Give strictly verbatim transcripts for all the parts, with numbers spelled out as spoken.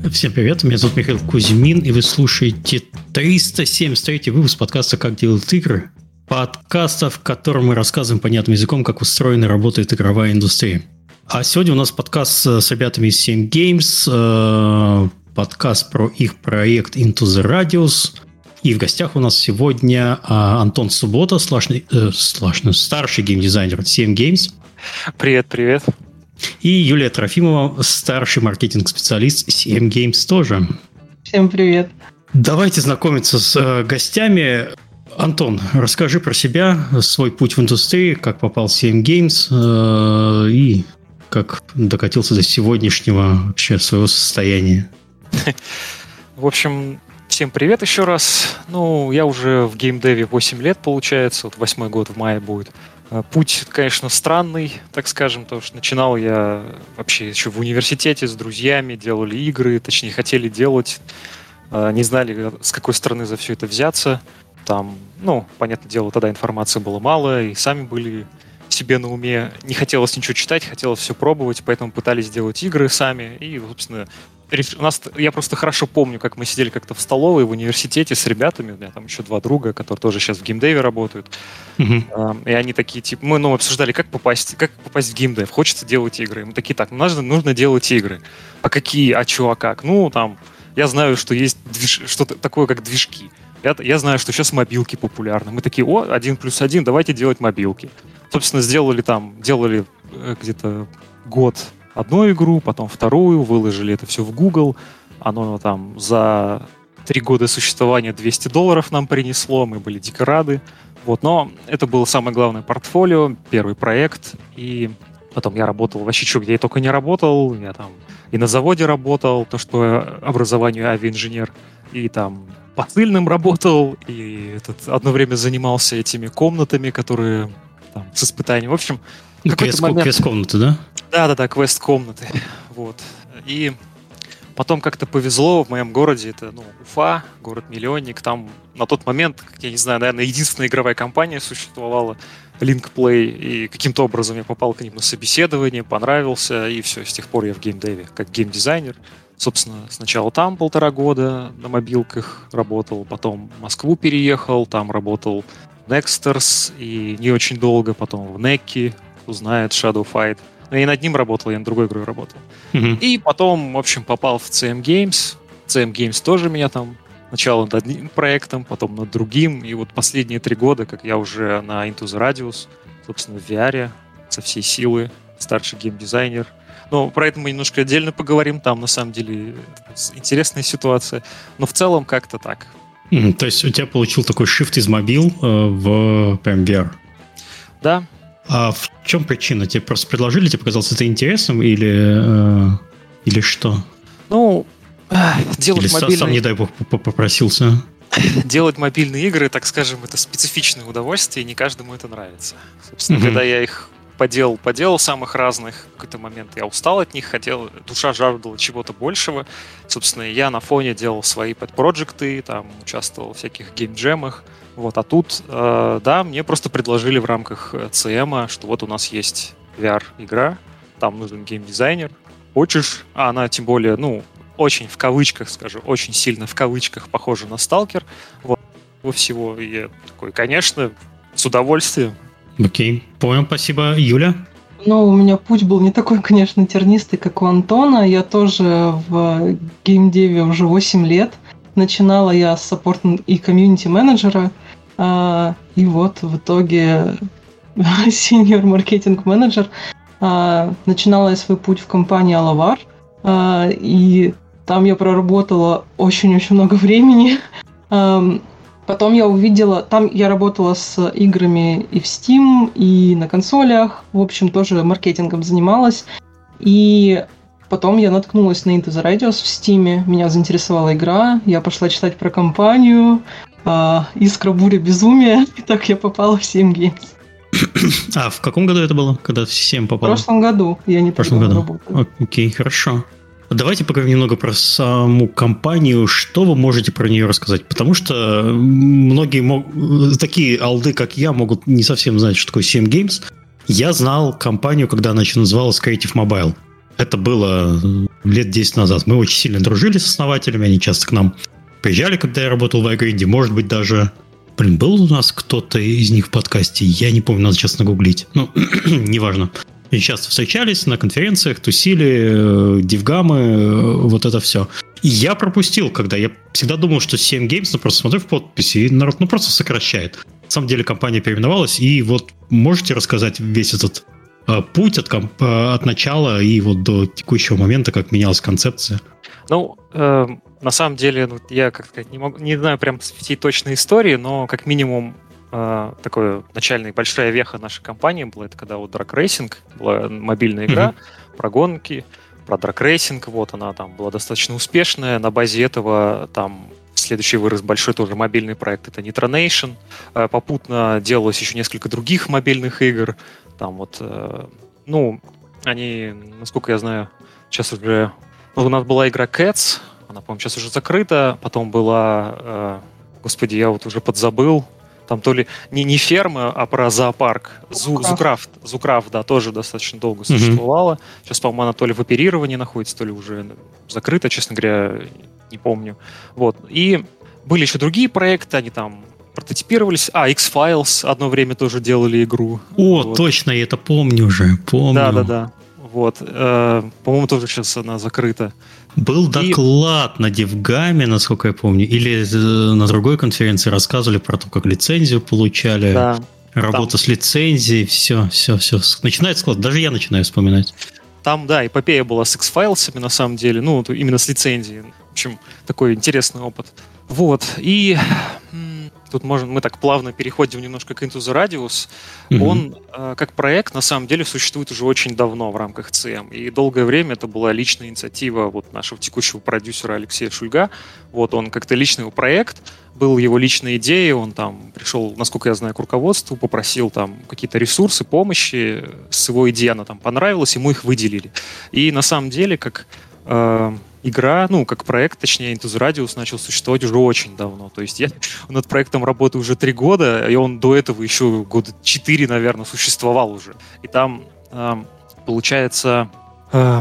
Всем привет, меня зовут Михаил Кузьмин, и вы слушаете триста семьдесят третий выпуск подкаста «Как делают игры». Подкаста, в котором мы рассказываем понятным языком, как устроена и работает игровая индустрия. А сегодня у нас подкаст с ребятами из семь Games, подкаст про их проект Into the Radius. И в гостях у нас сегодня Антон Суббота, слашный, э, слашный, старший геймдизайнер семь Games. Привет, привет. И Юлия Трофимова, старший маркетинг-специалист семь Games тоже. Всем привет. Давайте знакомиться с э, гостями. Антон, расскажи про себя, свой путь в индустрии, как попал в семь Games э, и как докатился до сегодняшнего вообще своего состояния. В общем, всем привет еще раз. Ну, я уже в геймдеве восемь лет, получается. Вот восьмой год в мае будет. Путь, конечно, странный, так скажем, потому что начинал я вообще еще в университете с друзьями, делали игры, точнее, хотели делать, не знали, с какой стороны за все это взяться. Там, ну, понятное дело, тогда информации было мало, и сами были себе на уме. Не хотелось ничего читать, хотелось все пробовать, поэтому пытались делать игры сами. И, собственно, у нас, я просто хорошо помню, как мы сидели как-то в столовой в университете с ребятами, у меня там еще два друга, которые тоже сейчас в геймдеве работают. Uh-huh. И они такие, типа, мы ну, обсуждали, как попасть, как попасть в геймдев, хочется делать игры. И мы такие, так, нужно, нужно делать игры. А какие, а что, а как? Ну, там, я знаю, что есть движ... что-то такое, как движки. Я, я знаю, что сейчас мобилки популярны. Мы такие, о, один плюс один, давайте делать мобилки. Собственно, сделали там, делали где-то год одну игру, потом вторую, выложили это все в Google. Оно там за три года существования двести долларов нам принесло, мы были дико рады. Вот, но это было самое главное портфолио, первый проект. И потом я работал вообще что, где я только не работал. Я там и на заводе работал, то что по образованию авиаинженер, и там посыльным работал, и этот, одно время занимался этими комнатами, которые там, с испытанием. В общем, квест, момент... квест-комнаты, да? Да-да-да, квест-комнаты. Вот. И потом как-то повезло в моем городе, это ну, Уфа, город-миллионник, там на тот момент, я не знаю, наверное, единственная игровая компания существовала, Linkplay, и каким-то образом я попал к ним на собеседование, понравился, и все, с тех пор я в геймдеве, как геймдизайнер. Собственно, сначала там полтора года на мобилках работал, потом в Москву переехал, там работал в Nexters, и не очень долго, потом в Necky, кто знает, Shadow Fight. Но я и над ним работал, я над другой игрой работал. Mm-hmm. И потом, в общем, попал в си эм Games. си эм Games тоже меня там сначала над одним проектом, потом над другим. И вот последние три года, как я уже на Into the Radius, собственно, в ви ар со всей силы, старший геймдизайнер. Но про это мы немножко отдельно поговорим. Там, на самом деле, интересная ситуация. Но в целом как-то так. Mm, то есть у тебя получил такой шифт из мобил э, в прям ви ар? Да. А в чем причина? Тебе просто предложили, тебе показалось это интересным или, э, или что? Ну, делать или мобильные... сам, не дай бог, попросился? Делать мобильные игры, так скажем, это специфичное удовольствие, и не каждому это нравится. Собственно, mm-hmm. когда я их поделал, поделал самых разных, в какой-то момент я устал от них, хотел, душа жаждала чего-то большего. Собственно, я на фоне делал свои пэт-проджекты, там, участвовал в всяких геймджемах. Вот, а тут, э, да, мне просто предложили в рамках си эм, что вот у нас есть ви ар-игра, там нужен геймдизайнер. Хочешь? А она, тем более, ну, очень в кавычках, скажу, очень сильно в кавычках похожа на Сталкер. Вот, всего. И я такой, конечно, с удовольствием. Окей, понял, спасибо. Юля? Ну, у меня путь был не такой, конечно, тернистый, как у Антона. Я тоже в геймдеве уже восемь лет. Начинала я с саппорта и комьюнити-менеджера. А, и вот в итоге сеньор-маркетинг-менеджер. А, начинала я свой путь в компании Alavar. А, и там я проработала очень-очень много времени. А, Потом я увидела, там я работала с играми и в Steam, и на консолях, в общем, тоже маркетингом занималась. И потом я наткнулась на Into the Radius в Steam, меня заинтересовала игра, я пошла читать про компанию, Искра, буря, безумие, и так я попала в семь Games. А в каком году это было, когда в семь попала? В прошлом году, я не в прошлом году работала. Окей, хорошо. Давайте поговорим немного про саму компанию. Что вы можете про нее рассказать? Потому что многие мог... такие алды, как я, могут не совсем знать, что такое семь Games. Я знал компанию, когда она еще называлась Creative Mobile. Это было лет десять назад. Мы очень сильно дружили с основателями, они часто к нам приезжали, когда я работал в iGrind. Может быть, даже... Блин, был у нас кто-то из них в подкасте? Я не помню, надо сейчас нагуглить. Ну, неважно. И часто встречались на конференциях, тусили, дивгамы, вот это все. И я пропустил, когда я всегда думал, что си эм Games, ну, просто смотрю в подписи, и народ, ну, просто сокращает. На самом деле компания переименовалась, и вот можете рассказать весь этот э, путь от, комп- э, от начала и вот до текущего момента, как менялась концепция? Ну, э, на самом деле, ну, я, как сказать, не, могу, не знаю прям всей точной истории, но как минимум э, такая начальная большая веха нашей компании была, это когда вот Drag Racing, была мобильная игра mm-hmm. про гонки, про Drag Racing, вот она там была достаточно успешная, на базе этого там следующий вырос большой тоже мобильный проект, это Nitro Nation, э, попутно делалось еще несколько других мобильных игр, там вот, э, ну, они, насколько я знаю, сейчас уже, ну, у нас была игра Cats, она, по-моему, сейчас уже закрыта, потом была, э, господи, я вот уже подзабыл, там то ли не, не ферма, а про зоопарк. Зу, Зукрафт. Зукрафт, да, тоже достаточно долго существовала. Mm-hmm. Сейчас, по-моему, она то ли в оперировании находится, то ли уже закрыта, честно говоря, не помню. Вот. И были еще другие проекты, они там прототипировались. А, X-Files одно время тоже делали игру. О, вот. Точно, я это помню уже, помню. Да-да-да. Вот. Э, по-моему, тоже сейчас она закрыта. Был И... доклад на Дивгаме, насколько я помню, или на другой конференции рассказывали про то, как лицензию получали, да, работа там... с лицензией, все, все, все. Начинает склад, даже я начинаю вспоминать. Там, да, эпопея была с X-Files'ами, на самом деле, ну, именно с лицензией. В общем, такой интересный опыт. Вот, и... Тут можно, мы так плавно переходим немножко к Into the Radius. Mm-hmm. Он, э, как проект, на самом деле существует уже очень давно в рамках си эм. И долгое время это была личная инициатива вот нашего текущего продюсера Алексея Шульга. Вот он как-то личный его проект, был его личная идея, он там пришел, насколько я знаю, к руководству, попросил там какие-то ресурсы, помощи, с его идеей она там понравилась, ему их выделили. И на самом деле, как... Э, игра, ну, как проект, точнее, Into the Radius начал существовать уже очень давно. То есть я над проектом работаю уже три года, и он до этого еще года четыре, наверное, существовал уже. И там, э, получается, э,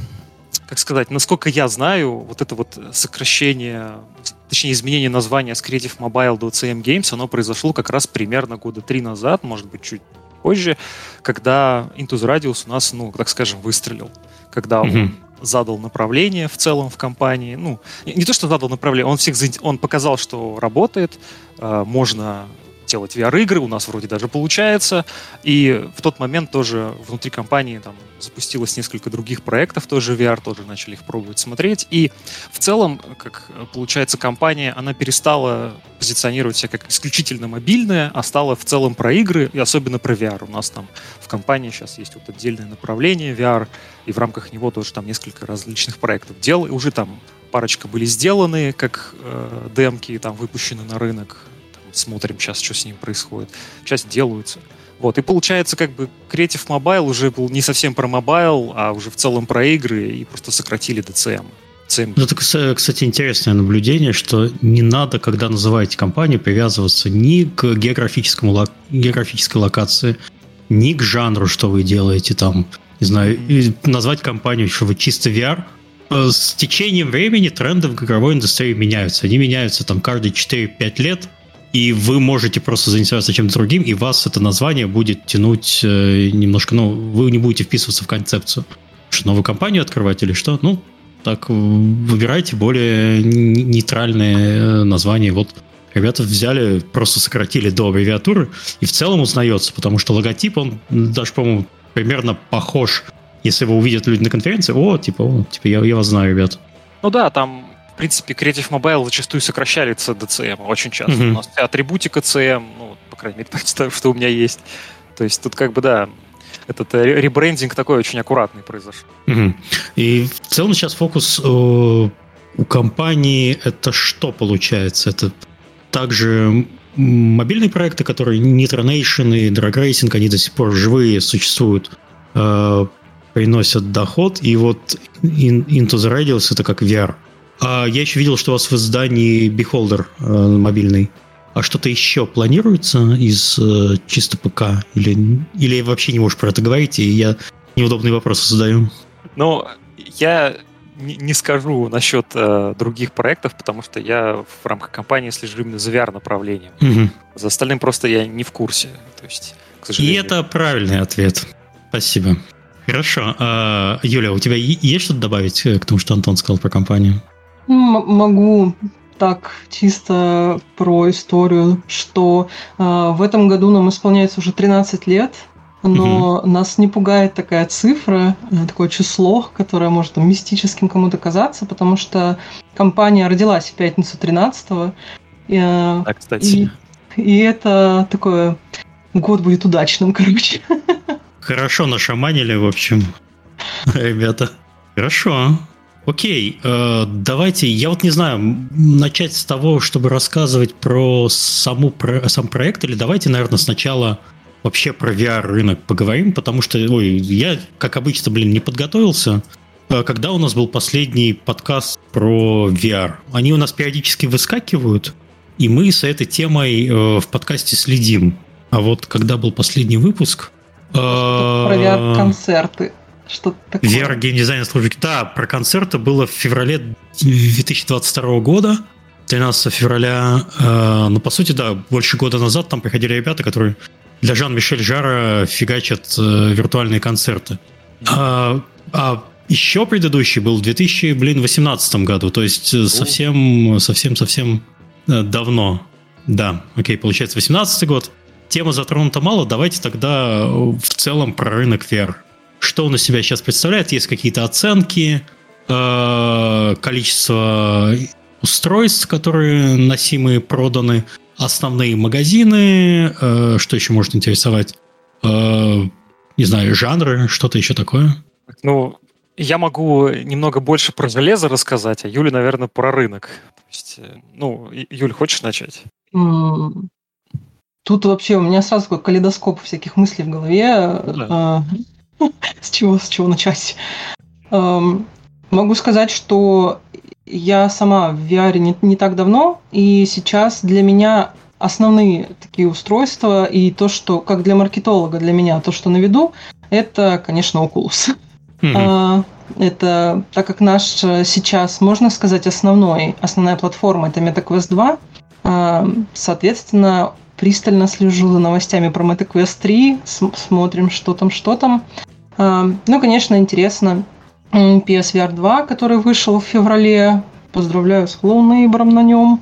как сказать, насколько я знаю, вот это вот сокращение, точнее, изменение названия с Creative Mobile до си эм Games, оно произошло как раз примерно года три назад, может быть, чуть позже, когда Into the Radius у нас, ну, так скажем, выстрелил. Когда он mm-hmm. задал направление в целом в компании. Ну, не, не то, что задал направление, он, всех, он показал, что работает, э, можно делать ви ар-игры, у нас вроде даже получается. И в тот момент тоже внутри компании там запустилось несколько других проектов, тоже ви ар, тоже начали их пробовать смотреть. И в целом, как получается, компания, она перестала позиционировать себя как исключительно мобильная, а стала в целом про игры, и особенно про ви ар. У нас там в компании сейчас есть вот отдельное направление ви ар, и в рамках него тоже там несколько различных проектов дел, и уже там парочка были сделаны, как э, демки, там выпущены на рынок. Смотрим сейчас, что с ним происходит. Часть делаются. Вот. И получается, как бы Creative Mobile уже был не совсем про мобайл, а уже в целом про игры, и просто сократили до си эм. си эм. Ну, это, кстати, интересное наблюдение, что не надо, когда называете компанию, привязываться ни к географическому, географической локации, ни к жанру, что вы делаете там. Не знаю, mm-hmm. назвать компанию, что вы чисто ви ар. С течением времени тренды в игровой индустрии меняются. Они меняются там каждые четыре-пять лет. И вы можете просто заинтересоваться чем-то другим, и вас это название будет тянуть э, немножко, ну, вы не будете вписываться в концепцию. Что, новую компанию открывать или что? Ну, так, выбирайте более нейтральные названия. Вот ребята взяли, просто сократили до аббревиатуры, и в целом узнается, потому что логотип, он даже, по-моему, примерно похож. Если его увидят люди на конференции, о, типа, о, типа я, я вас знаю, ребят. Ну да, там... В принципе, Creative Mobile зачастую сокращается до си эм, очень часто. Mm-hmm. У нас атрибутика си эм, ну, по крайней мере, представь, что у меня есть. То есть тут как бы, да, этот ребрендинг такой очень аккуратный произошел. Mm-hmm. И в целом сейчас фокус э, у компании это что получается? Это также мобильные проекты, которые Nitro Nation и Drag Racing, они до сих пор живые, существуют, э, приносят доход, и вот Into the Radius это как ви ар. А я еще видел, что у вас в издании Beholder э, мобильный. А что-то еще планируется из э, чисто ПК? Или, или вообще не можешь про это говорить, и я неудобные вопросы задаю? Ну, я не, не скажу насчет э, других проектов, потому что я в рамках компании слежу именно за ви ар-направлением. Угу. За остальным просто я не в курсе. То есть, к сожалению... И это правильный ответ. Спасибо. Хорошо. А, Юля, у тебя есть что-то добавить к тому, что Антон сказал про компанию? М- могу так чисто про историю, что э, в этом году нам исполняется уже тринадцать лет, но угу. нас не пугает такая цифра, такое число, которое может там, мистическим кому-то казаться, потому что компания родилась в пятницу тринадцатого. И, да, кстати. И, и это такое... Год будет удачным, короче. Хорошо нашаманили, в общем, ребята. Хорошо. Окей, э, давайте, я вот не знаю, начать с того, чтобы рассказывать про, саму, про сам проект, или давайте, наверное, сначала... вообще про ви ар-рынок поговорим, потому что, ой, я, как обычно, блин, не подготовился. Когда у нас был последний подкаст про ви ар? Они у нас периодически выскакивают, и мы с этой темой в подкасте следим. А вот когда был последний выпуск... Про ви ар-концерты. Что-то такое. ви ар-геймдизайн службы. Да, про концерты было в феврале две тысячи двадцать второго года, тринадцатого февраля. Но, по сути, да, больше года назад там приходили ребята, которые... для Жан-Мишель Жарра фигачат э, виртуальные концерты. А, а еще предыдущий был в две тысячи восемнадцатом году, то есть совсем, совсем, совсем давно. Да, окей, получается восемнадцатый год. Тема затронута мало, давайте тогда в целом про рынок ви ар. Что он из себя сейчас представляет? Есть какие-то оценки, э, количество устройств, которые носимые, проданы, основные магазины, э, что еще может интересовать? Э, не знаю, жанры, что-то еще такое? Ну, я могу немного больше про железо рассказать, а Юля, наверное, про рынок. То есть, ну, Юль, хочешь начать? Mm. Тут вообще у меня сразу такой калейдоскоп всяких мыслей в голове. Ну, да. С чего, с чего начать? Могу сказать, что я сама в ви ар не, не так давно, и сейчас для меня основные такие устройства и то, что, как для маркетолога, для меня, то, что на виду, это, конечно, Oculus. Mm-hmm. Это, так как наш сейчас, можно сказать, основной, основная платформа, это MetaQuest два, соответственно, пристально слежу за новостями про MetaQuest три, смотрим, что там, что там. Ну, конечно, интересно. пи эс ви ар два, который вышел в феврале. Поздравляю с Hello Neighbor на нем.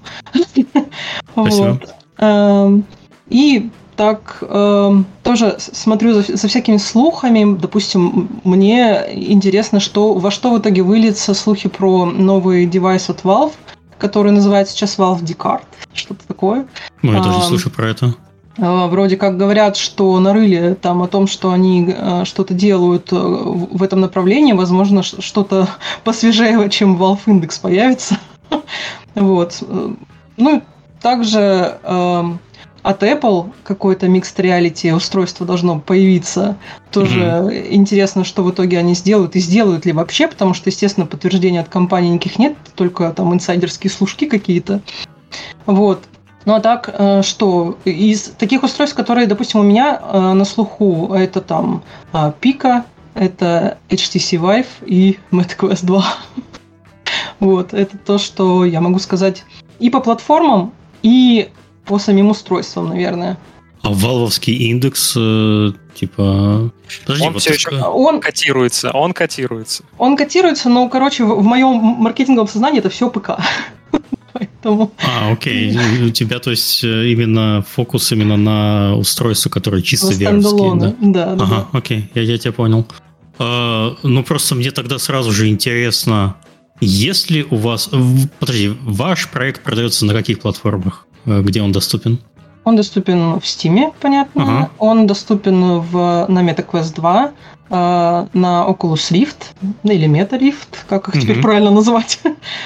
Спасибо. Вот. И так тоже смотрю за, за всякими слухами. Допустим, мне интересно, что, во что в итоге выльются слухи про новый девайс от Valve, который называется сейчас Valve Decard. Что-то такое. Ну, я тоже слышу про это. Вроде как говорят, что нарыли там о том, что они что-то делают в этом направлении. Возможно, что-то посвежее, чем Valve Index появится. Вот. Ну, также э, от Apple какое-то Mixed Reality устройство должно появиться. Тоже mm-hmm. интересно, что в итоге они сделают и сделают ли вообще, потому что, естественно, подтверждений от компании никаких нет, только там инсайдерские слушки какие-то. Вот. Ну а так, что из таких устройств, которые, допустим, у меня на слуху, это там Pico, это эйч ти си Vive и MetaQuest два. Вот, это то, что я могу сказать и по платформам, и по самим устройствам, наверное. А валвовский индекс, э, типа... Подожди, он вот все еще он... котируется, он котируется. Он котируется, но, короче, в, в моем маркетинговом сознании это все ПК. Поэтому... А, окей. У тебя, то есть, именно фокус именно на устройство, которое чисто ви ар-ские, да? Да, да. Ага, да. Окей, я, я тебя понял. А, ну, просто мне тогда сразу же интересно, есть ли у вас... Подожди, ваш проект продается на каких платформах? Где он доступен? Он доступен в Steam, понятно. Ага. Он доступен в, на MetaQuest два, на Oculus Rift, или Meta Rift, как их угу. теперь правильно называть,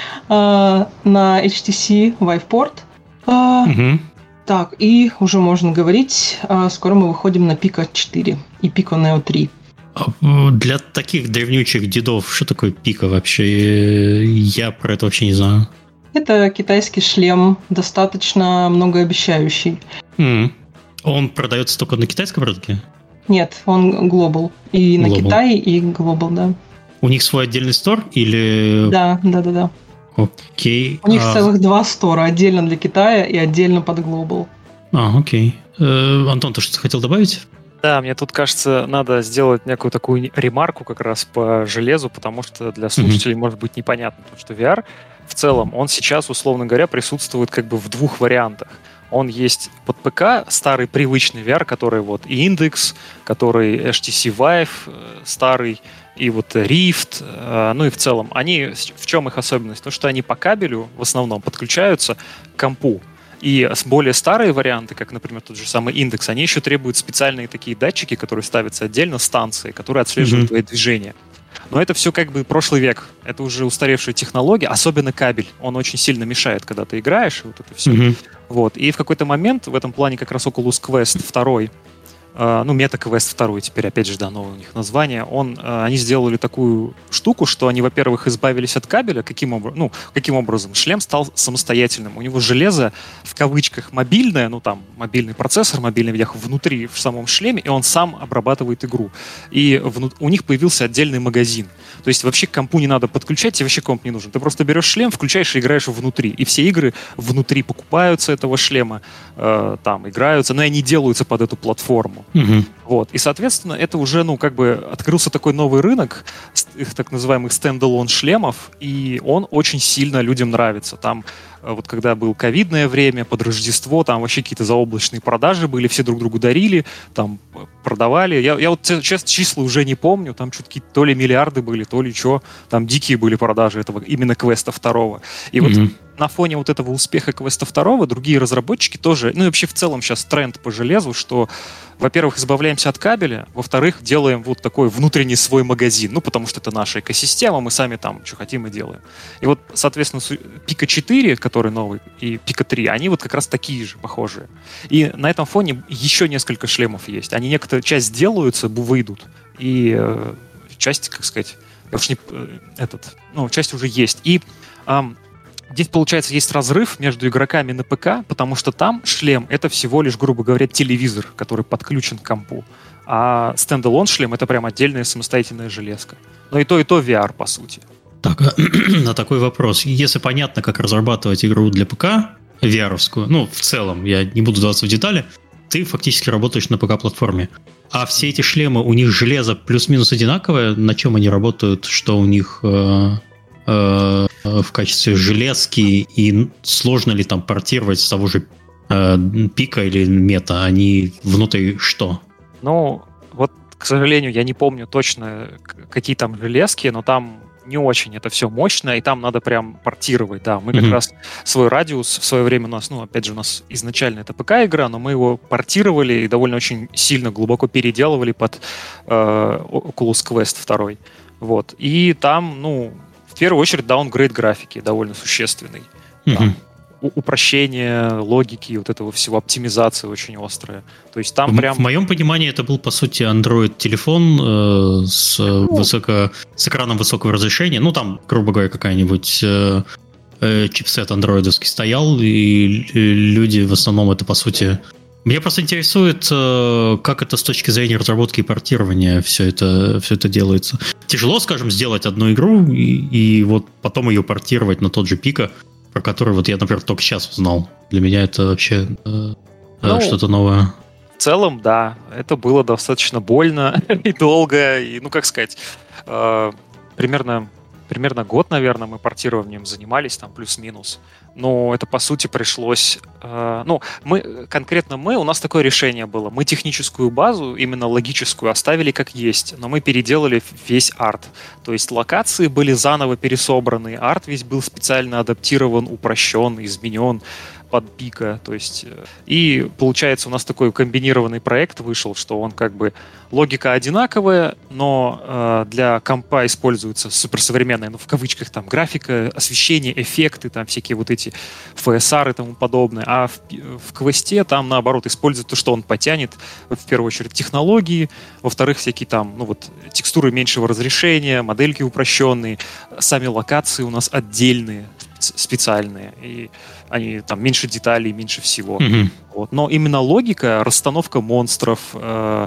на эйч ти си Viveport. Угу. Так, и уже можно говорить, скоро мы выходим на Pico четыре и Pico Neo три. Для таких древнючих дедов, что такое Pico вообще? Я про это вообще не знаю. Это китайский шлем, достаточно многообещающий. Mm. Он продается только на китайском рынке? Нет, он глобал. И global. На Китай, и глобал, да. У них свой отдельный стор или... Да, да, да, да. Окей. У них а... целых два стора, отдельно для Китая и отдельно под Global. А, окей. Э, Антон, ты что-то хотел добавить? Да, мне тут, кажется, надо сделать некую такую ремарку как раз по железу, потому что для слушателей mm-hmm. может быть непонятно, потому что ви ар в целом, он сейчас, условно говоря, присутствует как бы в двух вариантах. Он есть под ПК, старый привычный ви ар, который вот и Index, который эйч ти си Vive старый, и вот Rift, ну и в целом. Они, в чем их особенность? То, что они по кабелю в основном подключаются к компу. И более старые варианты, как, например, тот же самый индекс, они еще требуют специальные такие датчики, которые ставятся отдельно, станции, которые отслеживают mm-hmm. твои движения. Но это все как бы прошлый век. Это уже устаревшая технология, особенно кабель. Он очень сильно мешает, когда ты играешь, и вот это все. Mm-hmm. Вот. И в какой-то момент в этом плане как раз Oculus Quest два, Uh, ну, MetaQuest два теперь, опять же, да, новое у них название, он, uh, они сделали такую штуку, что они, во-первых, избавились от кабеля, каким, обра- ну, каким образом? Шлем стал самостоятельным. У него железо, в кавычках, мобильное, ну, там, мобильный процессор, мобильный видео внутри, в самом шлеме, и он сам обрабатывает игру. И вну- у них появился отдельный магазин. То есть вообще к компу не надо подключать, тебе вообще комп не нужен. Ты просто берешь шлем, включаешь и играешь внутри. И все игры внутри покупаются этого шлема, э, там, играются, но и они делаются под эту платформу. Угу. Вот. И, соответственно, это уже, ну, как бы открылся такой новый рынок их так называемых стендалон шлемов, и он очень сильно людям нравится. Там вот когда было ковидное время, под Рождество, там вообще какие-то заоблачные продажи были, все друг другу дарили, там продавали. Я, я вот, честно, числа уже не помню, там что-то какие-то то ли миллиарды были, то ли что, там дикие были продажи этого, именно Квеста второго. И mm-hmm. вот на фоне вот этого успеха Квеста второго другие разработчики тоже, ну и вообще в целом сейчас тренд по железу, что, во-первых, избавляемся от кабеля, во-вторых, делаем вот такой внутренний свой магазин, ну потому что это наша экосистема, мы сами там что хотим и делаем. И вот, соответственно, Пика четыре, который новый, и Пика три, они вот как раз такие же, похожие. И на этом фоне еще несколько шлемов есть. Они некоторые, часть делаются, выйдут, и э, часть, как сказать, я уж не, э, этот, ну, часть уже есть. И э, здесь, получается, есть разрыв между игроками на ПК, потому что там шлем — это всего лишь, грубо говоря, телевизор, который подключен к компу. А стендалон шлем — это прям отдельная самостоятельная железка. Но и то, и то ви ар, по сути. Так, на такой вопрос. Если понятно, как разрабатывать игру для ПК, ви ар-овскую, ну, в целом, я не буду вдаваться в детали, ты фактически работаешь на ПК-платформе. А все эти шлемы, у них железо плюс-минус одинаковое, на чем они работают, что у них э, э, в качестве железки, и сложно ли там портировать с того же э, Пика или Мета, они внутри что? Ну, вот, к сожалению, я не помню точно, какие там железки, но там не очень это все мощно, и там надо прям портировать, да. Мы mm-hmm. как раз свой радиус в свое время у нас, ну, опять же, у нас изначально это ПК-игра, но мы его портировали и довольно очень сильно глубоко переделывали под э, Oculus Quest два. Вот. И там, ну, в первую очередь, даунгрейд графики довольно существенный. Mm-hmm. Там упрощение логики, вот этого всего, оптимизация очень острая. То есть там в, прям... В моем понимании это был, по сути, Android-телефон э, с, ну, высоко, с экраном высокого разрешения. Ну, там, грубо говоря, какая-нибудь э, э, чипсет андроидовский стоял, и люди в основном это, по сути... Меня просто интересует, э, как это с точки зрения разработки и портирования все это, все это делается. Тяжело, скажем, сделать одну игру и, и вот потом ее портировать на тот же Пика, про который вот я, например, только сейчас узнал. Для меня это вообще э, ну, что-то новое. В целом, да, это было достаточно больно и долго, и, ну, как сказать, э, примерно, примерно год, наверное, мы портированием занимались, там, плюс-минус. Но это, по сути, пришлось... Э, ну, мы, конкретно мы, у нас такое решение было. Мы техническую базу, именно логическую, оставили как есть, но мы переделали весь арт. То есть локации были заново пересобраны, арт весь был специально адаптирован, упрощен, изменен под Пика, то есть, и получается у нас такой комбинированный проект вышел, что он как бы логика одинаковая, но э, для компа используется суперсовременная, ну в кавычках там графика, освещение, эффекты, там всякие вот эти эф эс ар и тому подобное, а в, в квесте там наоборот используют то, что он потянет, в первую очередь технологии, во-вторых всякие там, ну вот текстуры меньшего разрешения, модельки упрощенные, сами локации у нас отдельные, специальные, и они там меньше деталей, меньше всего. Mm-hmm. Вот. Но именно логика, расстановка монстров, э,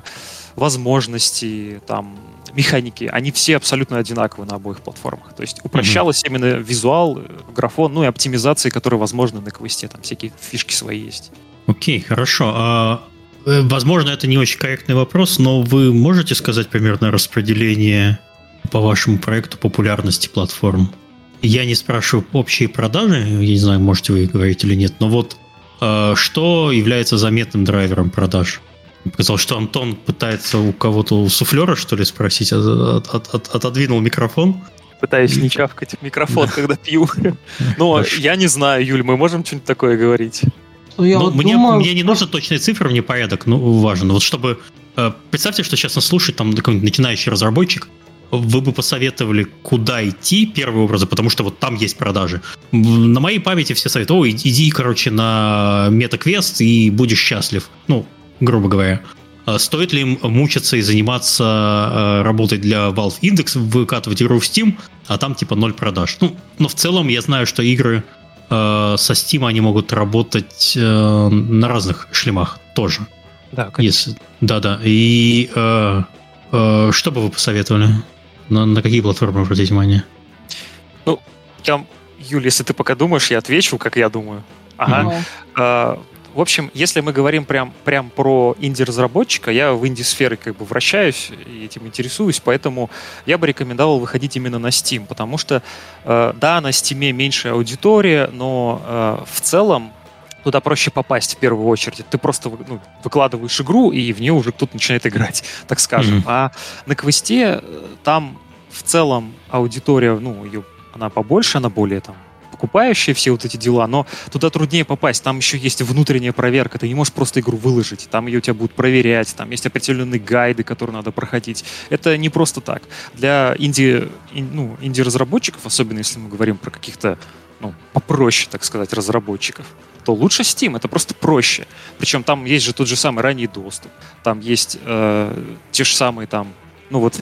возможности, там, механики, они все абсолютно одинаковые на обоих платформах. То есть упрощалось mm-hmm. именно визуал, графон, ну и оптимизации, которые возможны на квесте. Там всякие фишки свои есть. Окей, okay, хорошо. А, возможно, это не очень корректный вопрос, но вы можете сказать примерно распределение по вашему проекту популярности платформ? Я не спрашиваю общие продажи, я не знаю, можете вы говорить или нет, но вот э, что является заметным драйвером продаж? Показалось, что Антон пытается у кого-то, у суфлера, что ли, спросить, от, от, от, отодвинул микрофон. Пытаюсь не чавкать в микрофон, когда пью. Но я не знаю, Юль, мы можем что-нибудь такое говорить? Я ну, вот мне, думаю, мне не нужны точные цифры, мне порядок, ну, важен. Вот чтобы... Э, представьте, что сейчас нас слушает там какой-нибудь начинающий разработчик, вы бы посоветовали, куда идти, первые образы, потому что вот там есть продажи. На моей памяти все советуют, о, иди, короче, на MetaQuest и будешь счастлив. Ну, грубо говоря. Стоит ли им мучиться и заниматься работой для Valve Index, выкатывать игру в Steam, а там типа ноль продаж? Ну, но в целом я знаю, что игры э, со Steam, они могут работать э, на разных шлемах тоже. Да, конечно. Если, да-да. И э, э, что бы вы посоветовали? На, на какие платформы обратить внимание? Ну, я, Юль, если ты пока думаешь, я отвечу, как я думаю. Ага. Ну. А, в общем, если мы говорим прям, прям про инди-разработчика, я в инди-сферы как бы вращаюсь и этим интересуюсь, поэтому я бы рекомендовал выходить именно на Steam, потому что, э, да, на Steam меньшая аудитория, но э, в целом туда проще попасть в первую очередь. Ты просто ну, выкладываешь игру, и в нее уже кто-то начинает играть, так скажем. Mm-hmm. А на квесте там в целом аудитория, ну, ее, она побольше, она более там покупающая, все вот эти дела, но туда труднее попасть. Там еще есть внутренняя проверка. Ты не можешь просто игру выложить. Там ее тебя будут проверять. Там есть определенные гайды, которые надо проходить. Это не просто так. Для инди, ну, инди-разработчиков, особенно если мы говорим про каких-то ну, попроще, так сказать, разработчиков, то лучше Steam, это просто проще. Причем там есть же тот же самый ранний доступ, там есть э, те же самые там, ну вот,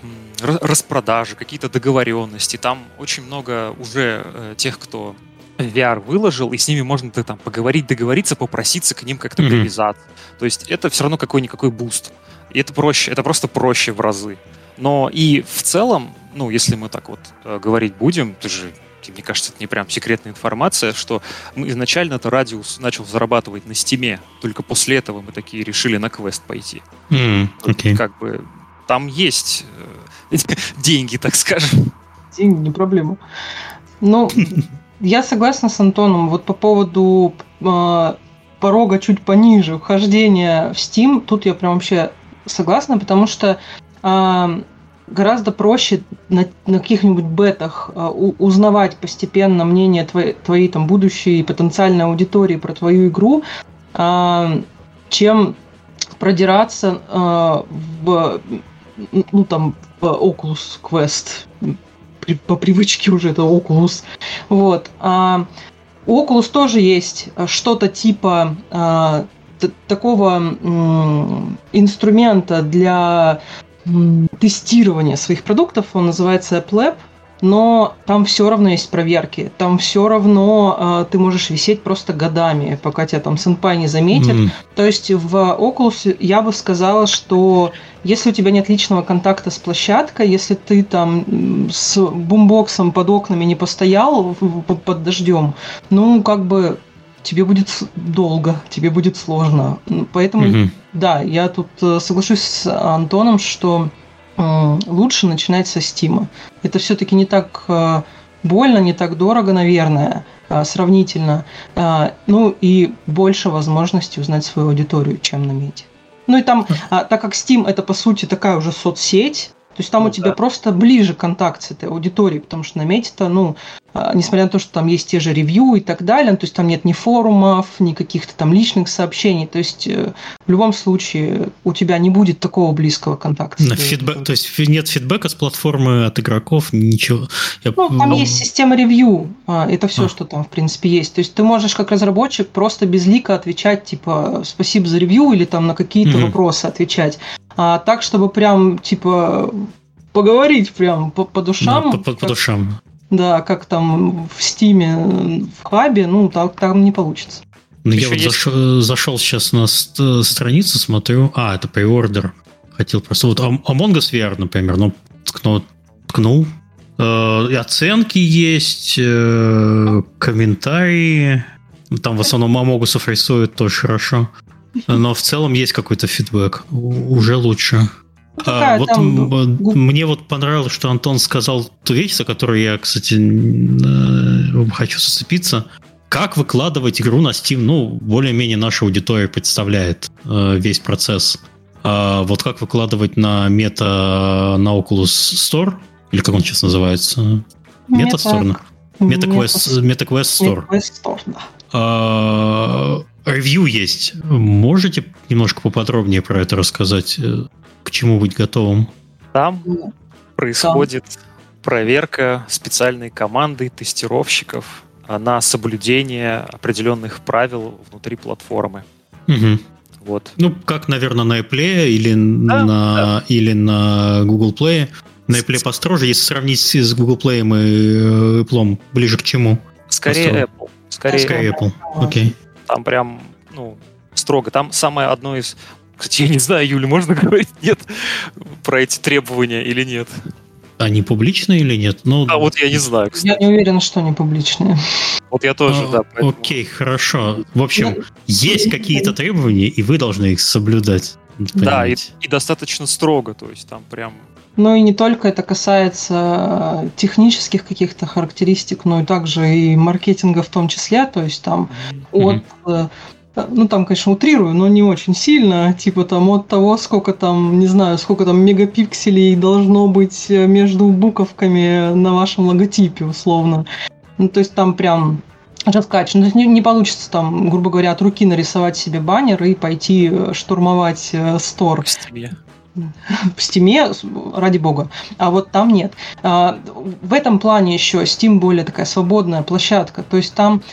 распродажи, какие-то договоренности, там очень много уже э, тех, кто ви ар выложил, и с ними можно там поговорить, договориться, попроситься к ним как-то mm-hmm. привязаться. То есть это все равно какой-никакой буст. И это проще, это просто проще в разы. Но и в целом, ну, если мы так вот э, говорить будем, ты же мне кажется, это не прям секретная информация, что мы изначально-то Радиус начал зарабатывать на Стиме, только после этого мы такие решили на квест пойти. Mm, okay. Как бы там есть э, деньги, так скажем. Деньги не проблема. Ну, я согласна с Антоном. Вот по поводу э, порога чуть пониже вхождения в Steam, тут я прям вообще согласна, потому что э, гораздо проще на, на каких-нибудь бетах uh, у, узнавать постепенно мнение твоей, твоей там, будущей потенциальной аудитории про твою игру, uh, чем продираться uh, в, ну, там, в Oculus Quest. При, по привычке уже это Oculus. Вот. Uh, у Oculus тоже есть что-то типа uh, т- такого um, инструмента для тестирование своих продуктов, он называется AppLab, но там все равно есть проверки, там все равно э, ты можешь висеть просто годами, пока тебя там сенпай не заметит. Mm. То есть в Oculus я бы сказала, что если у тебя нет личного контакта с площадкой, если ты там с бумбоксом под окнами не постоял под дождем, ну как бы тебе будет долго, тебе будет сложно. Поэтому, mm-hmm. да, я тут соглашусь с Антоном, что э, лучше начинать со Steam. Это все-таки не так э, больно, не так дорого, наверное, э, сравнительно. Э, ну и больше возможностей узнать свою аудиторию, чем на Мете. Ну и там, э, так как Steam это по сути такая уже соцсеть, то есть там ну, у тебя да. просто ближе контакт с этой аудиторией, потому что на Мете-то, ну, несмотря на то, что там есть те же ревью и так далее, то есть там нет ни форумов, ни каких-то там личных сообщений, то есть в любом случае у тебя не будет такого близкого контакта. На фидбэк, то есть нет фидбэка с платформы от игроков, ничего? Я... Ну, там есть система ревью, это все, а. что там в принципе есть. То есть ты можешь как разработчик просто безлико отвечать, типа, спасибо за ревью или там на какие-то mm-hmm. вопросы отвечать. А так, чтобы прям, типа, поговорить прям по, по душам. Да, по, по, по душам. да, как там в Steam, в хабе, ну, так, там не получится. Ну, я вот есть... зашел, зашел сейчас на ст- страницу, смотрю. А, это преордер. Хотел просто... Вот Among Us ви ар, например, ну, ткнул. ткнул. Э, оценки есть, э, комментарии. Там в основном Амогусов рисуют тоже хорошо. Но в целом есть какой-то фидбэк. Уже лучше. А, вот там... м- мне вот понравилось, что Антон сказал ту вещь, за которую я, кстати, хочу зацепиться. Как выкладывать игру на Steam? Ну, более-менее наша аудитория представляет э, весь процесс. А вот как выкладывать на Meta, на Oculus Store? Или как он сейчас называется? Meta Store? MetaQuest, MetaQuest Store. MetaQuest Store, да. А, ревью есть. Можете немножко поподробнее про это рассказать? К чему быть готовым? Там происходит Там. проверка специальной командой тестировщиков на соблюдение определенных правил внутри платформы. Угу. Вот. Ну, как, наверное, на Apple или, да, на, да. или на Google Play. На Apple построже, если сравнить с Google Play и Apple, ближе к чему? Скорее построже. Apple. Скорее, Скорее Apple, окей. Okay. Там прям, ну, строго. Там самое одно из... Кстати, я не знаю, Юля, можно говорить нет про эти требования или нет? Они публичные или нет? Ну, а вот я не знаю, кстати. Я не уверен, что они публичные. Вот я тоже, а, да. Поэтому... Окей, хорошо. В общем, ну, есть какие-то требования, и вы должны их соблюдать. Да, и, и достаточно строго, то есть там прям... Ну и не только это касается технических каких-то характеристик, но и также и маркетинга в том числе, то есть там mm-hmm. от... Ну, там, конечно, утрирую, но не очень сильно. Типа там от того, сколько там, не знаю, сколько там мегапикселей должно быть между буковками на вашем логотипе, условно. Ну, то есть там прям раскач. Ну, не, не получится там, грубо говоря, от руки нарисовать себе баннер и пойти штурмовать стор. В Steam. В Steam, ради бога. А вот там нет. В этом плане еще Steam более такая свободная площадка. То есть там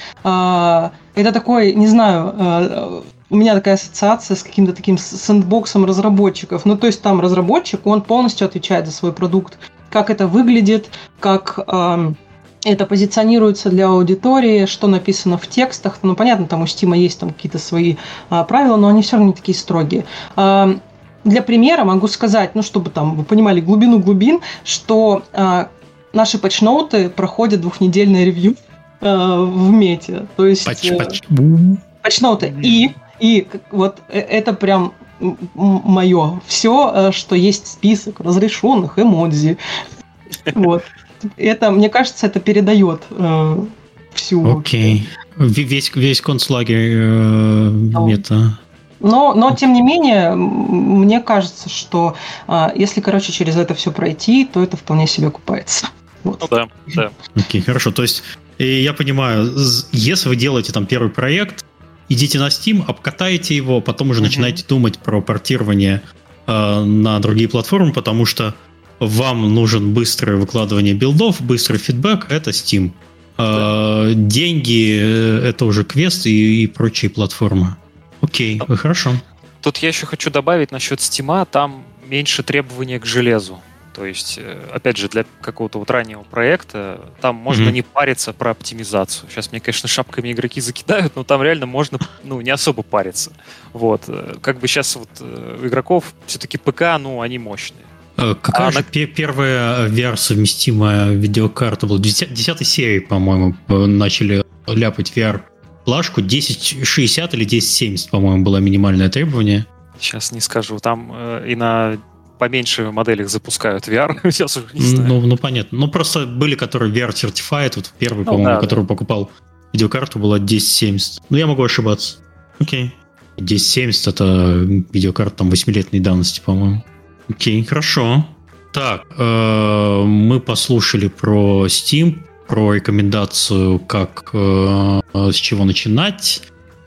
это такой, не знаю, у меня такая ассоциация с каким-то таким сэндбоксом разработчиков. Ну, то есть там разработчик, он полностью отвечает за свой продукт. Как это выглядит, как это позиционируется для аудитории, что написано в текстах. Ну, понятно, там у Steam есть там какие-то свои правила, но они все равно не такие строгие. Для примера могу сказать, ну, чтобы там вы понимали глубину глубин, что э, наши патчноуты проходят двухнедельное ревью э, в мете. То есть Патч, патч. Э, патчноуты. И, и вот это прям мое. Все, что есть список разрешенных эмодзи. Вот. Это, мне кажется, это передает э, всю... Окей. Весь, весь концлагерь э, мета... Но, но, тем не менее, мне кажется, что а, если, короче, через это все пройти, то это вполне себе окупается. Вот. Ну да, да. Окей, хорошо. То есть, я понимаю, если вы делаете там первый проект, идите на Steam, обкатаете его, потом уже mm-hmm. начинаете думать про портирование э, на другие платформы, потому что вам нужен быстрое выкладывание билдов, быстрый фидбэк, это Steam. Э, деньги, это уже квест и, и прочие платформы. Окей, okay, хорошо. Тут я еще хочу добавить насчет Steam, там меньше требований к железу. То есть, опять же, для какого-то вот раннего проекта там можно mm-hmm. не париться про оптимизацию. Сейчас мне, конечно, шапками игроки закидают, но там реально можно, ну, не особо париться. Вот. Как бы сейчас вот у игроков все-таки ПК, ну, они мощные. Какая а же на... первая ви ар-совместимая видеокарта была? В десятой серии, по-моему, начали ляпать ви ар. Плашку десять шестьдесят или десять семьдесят, по-моему, было минимальное требование. Сейчас не скажу. Там э, и на поменьше моделях запускают ви ар. Сейчас уже не знаю. Ну, ну, понятно. Ну, просто были, которые ви ар-certified. Вот первый, ну, по-моему, да, который да. покупал видеокарту, была десять семьдесят. Ну, я могу ошибаться. Окей. десять семьдесят — это видеокарта там восьмилетней давности, по-моему. Окей, хорошо. Так, э, мы послушали про Steam, про рекомендацию, как э, с чего начинать.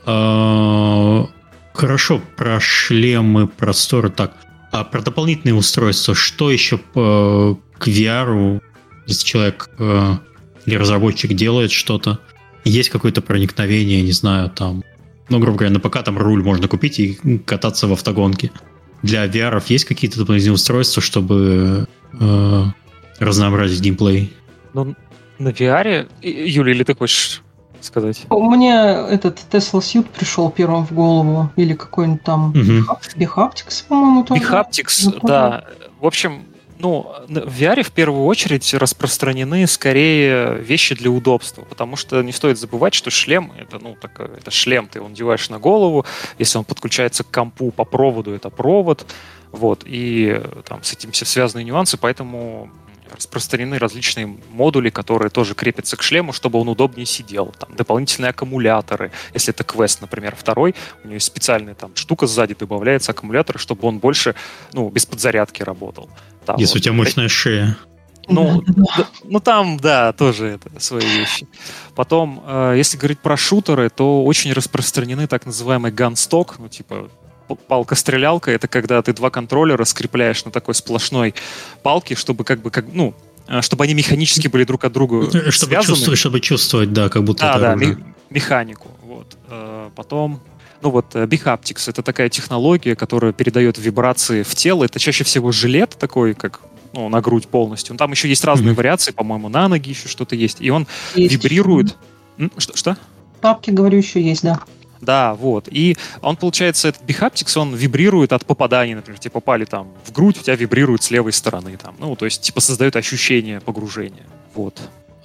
Э, хорошо, про шлемы, про сторы. Так, а про дополнительные устройства, что еще э, к ви ар, если человек э, или разработчик делает что-то, есть какое-то проникновение, не знаю, там, ну, грубо говоря, на ПК там руль можно купить и кататься в автогонке. Для ви ар есть какие-то дополнительные устройства, чтобы э, разнообразить геймплей? Ну, На ви ар? Юля, или ты хочешь сказать? Мне этот Tesla Suit пришел первым в голову. Или какой-нибудь там Угу. Behaptics, по-моему, тоже. Behaptics, да. В общем, ну, в ви ар в первую очередь распространены скорее вещи для удобства, потому что не стоит забывать, что шлем это, ну, такой, это шлем, ты его надеваешь на голову, если он подключается к компу по проводу, это провод, вот, и там с этим все связаны нюансы, поэтому распространены различные модули, которые тоже крепятся к шлему, чтобы он удобнее сидел. Там дополнительные аккумуляторы. Если это Quest, например, второй, у него есть специальная там штука сзади, добавляется аккумулятор, чтобы он больше, ну, без подзарядки работал. Там, Если вот, у тебя мощная шея. Ну, да, ну, там, да, тоже это свои вещи. Потом, э, если говорить про шутеры, то очень распространены так называемый гансток, ну, типа палка-стрелялка, это когда ты два контроллера скрепляешь на такой сплошной палке, чтобы как бы, как, ну, чтобы они механически были друг от друга чтобы связаны. Чувствовать, чтобы чувствовать, да, как будто да, это да, оружие. ме- механику. Вот. Потом, ну вот, Behaptics — это такая технология, которая передает вибрации в тело. Это чаще всего жилет такой, как, ну, на грудь полностью. Там еще есть разные mm-hmm. вариации, по-моему, на ноги еще что-то есть. И он есть. Вибрирует. Что? Что? Тапки, говорю, еще есть, да. Да, вот. И он, получается, этот Behaptics, он вибрирует от попаданий, например, тебе попали там в грудь, у тебя вибрирует с левой стороны. Там. Ну, то есть, типа, создает ощущение погружения. Вот.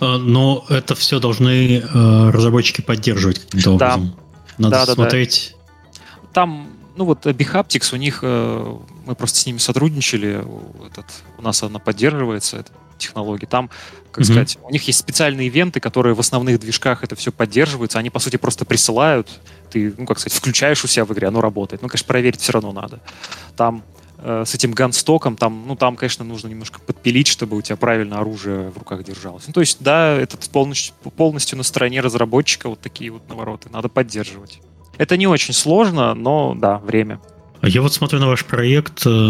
Но это все должны э, разработчики поддерживать каким-то образом. Да. Надо да, смотреть. Да, да. Там, ну вот, Behaptics, у них, э, мы просто с ними сотрудничали, этот, у нас она поддерживается, эта технология. Там, как mm-hmm. сказать, у них есть специальные ивенты, которые в основных движках это все поддерживаются. Они, по сути, просто присылают. Ты, ну, как сказать, включаешь у себя в игре, оно работает. Ну, конечно, проверить все равно надо. Там э, с этим ганстоком, там, ну, там, конечно, нужно немножко подпилить, чтобы у тебя правильно оружие в руках держалось. Ну, то есть, да, это полностью, полностью на стороне разработчика вот такие вот навороты. Надо поддерживать. Это не очень сложно, но, да, время. Я вот смотрю на ваш проект э,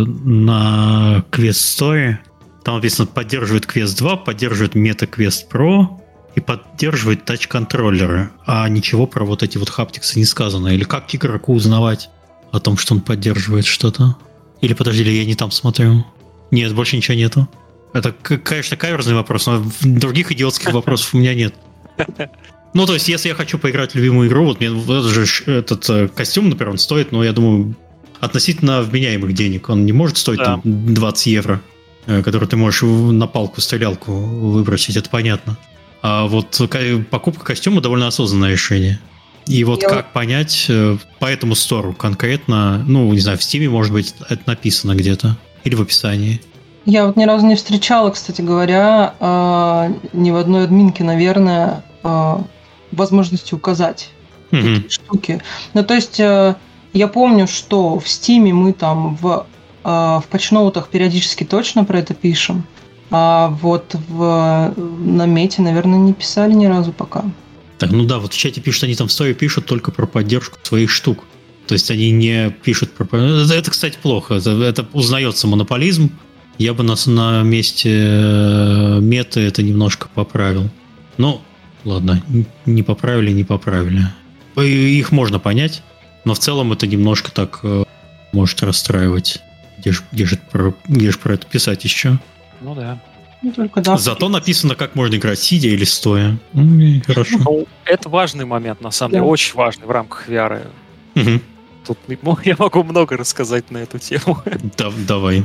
на Quest Store. Там написано, поддерживает Quest два, поддерживает Meta Quest Pro и поддерживает тач-контроллеры. А ничего про вот эти вот хаптиксы не сказано. Или как игроку узнавать о том, что он поддерживает что-то? Или, подожди, я не там смотрю. Нет, больше ничего нету. Это, конечно, каверзный вопрос, но других идиотских вопросов у меня нет. Ну, то есть, если я хочу поиграть в любимую игру, вот мне вот этот же этот костюм, например, он стоит, но я думаю, относительно вменяемых денег. Он не может стоить да. там двадцать евро, который ты можешь на палку-стрелялку выбросить, это понятно. А вот покупка костюма довольно осознанное решение. И вот Я... как понять по этому стору конкретно, ну, не знаю, в Steam, может быть, это написано где-то или в описании. Я вот ни разу не встречала, кстати говоря, ни в одной админке, наверное, возможности указать mm-hmm. такие штуки. Ну, то есть, я помню, что в Steam мы там в в патчноутах периодически точно про это пишем, а вот в, на мете, наверное, не писали ни разу пока. Так, ну да, вот в чате пишут, они там в сторе пишут только про поддержку своих штук. То есть они не пишут про... Это, кстати, плохо. Это, это узнается монополизм. Я бы на, на месте меты это немножко поправил. Ну, ладно, не поправили, не поправили. Их можно понять, но в целом это немножко так может расстраивать. Где же, где, же про, где же про это писать еще? Ну да. Ну, только да. Зато написано, как можно играть сидя или стоя. Ну, хорошо. Ну, это важный момент, на самом да. деле, очень важный в рамках ви ар. Угу. Тут я могу много рассказать на эту тему. Да, давай.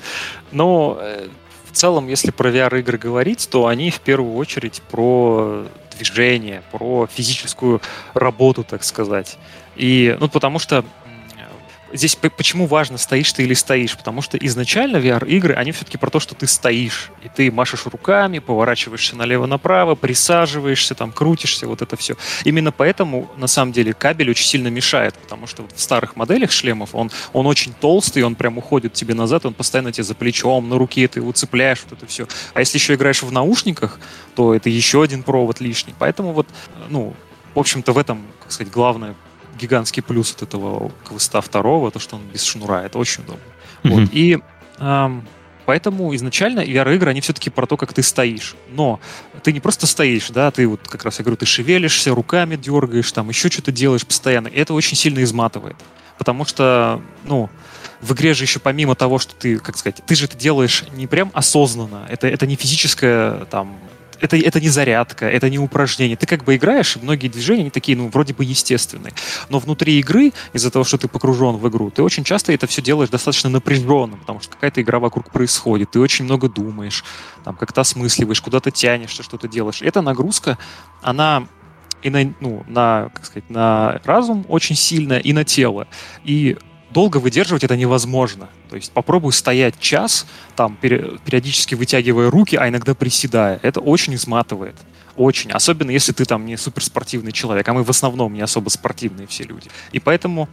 Но в целом, если про ви ар-игры говорить, то они в первую очередь про движение, про физическую работу, так сказать. И, ну, потому что здесь почему важно, стоишь ты или стоишь? Потому что изначально ви ар-игры, они все-таки про то, что ты стоишь, и ты машешь руками, поворачиваешься налево-направо, присаживаешься, там, крутишься, вот это все. Именно поэтому, на самом деле, кабель очень сильно мешает, потому что вот в старых моделях шлемов он, он очень толстый, он прям уходит тебе назад, он постоянно тебе за плечом, на руке ты его цепляешь, вот это все. А если еще играешь в наушниках, то это еще один провод лишний. Поэтому вот, ну, в общем-то, в этом, как сказать, главное гигантский плюс от этого квеста второго, то, что он без шнура, это очень удобно. Mm-hmm. Вот. И эм, поэтому изначально ви ар-игры, они все-таки про то, как ты стоишь. Но ты не просто стоишь, да, ты вот, как раз я говорю, ты шевелишься, руками дергаешь, там еще что-то делаешь постоянно. И это очень сильно изматывает. Потому что, ну, в игре же еще помимо того, что ты, как сказать, ты же это делаешь не прям осознанно, это, это не физическое, там, это, это не зарядка, это не упражнение. Ты как бы играешь, и многие движения, они такие, ну, вроде бы естественные. Но внутри игры, из-за того, что ты погружен в игру, ты очень часто это все делаешь достаточно напряженным, потому что какая-то игра вокруг происходит, ты очень много думаешь, там, как-то осмысливаешь, куда-то тянешься, что-то делаешь. Эта нагрузка, она и на, ну, на, как сказать, на разум очень сильная, и на тело. И долго выдерживать это невозможно. То есть попробуй стоять час, там, периодически вытягивая руки, а иногда приседая. Это очень изматывает. Очень. Особенно если ты там не суперспортивный человек. А мы в основном не особо спортивные все люди. И поэтому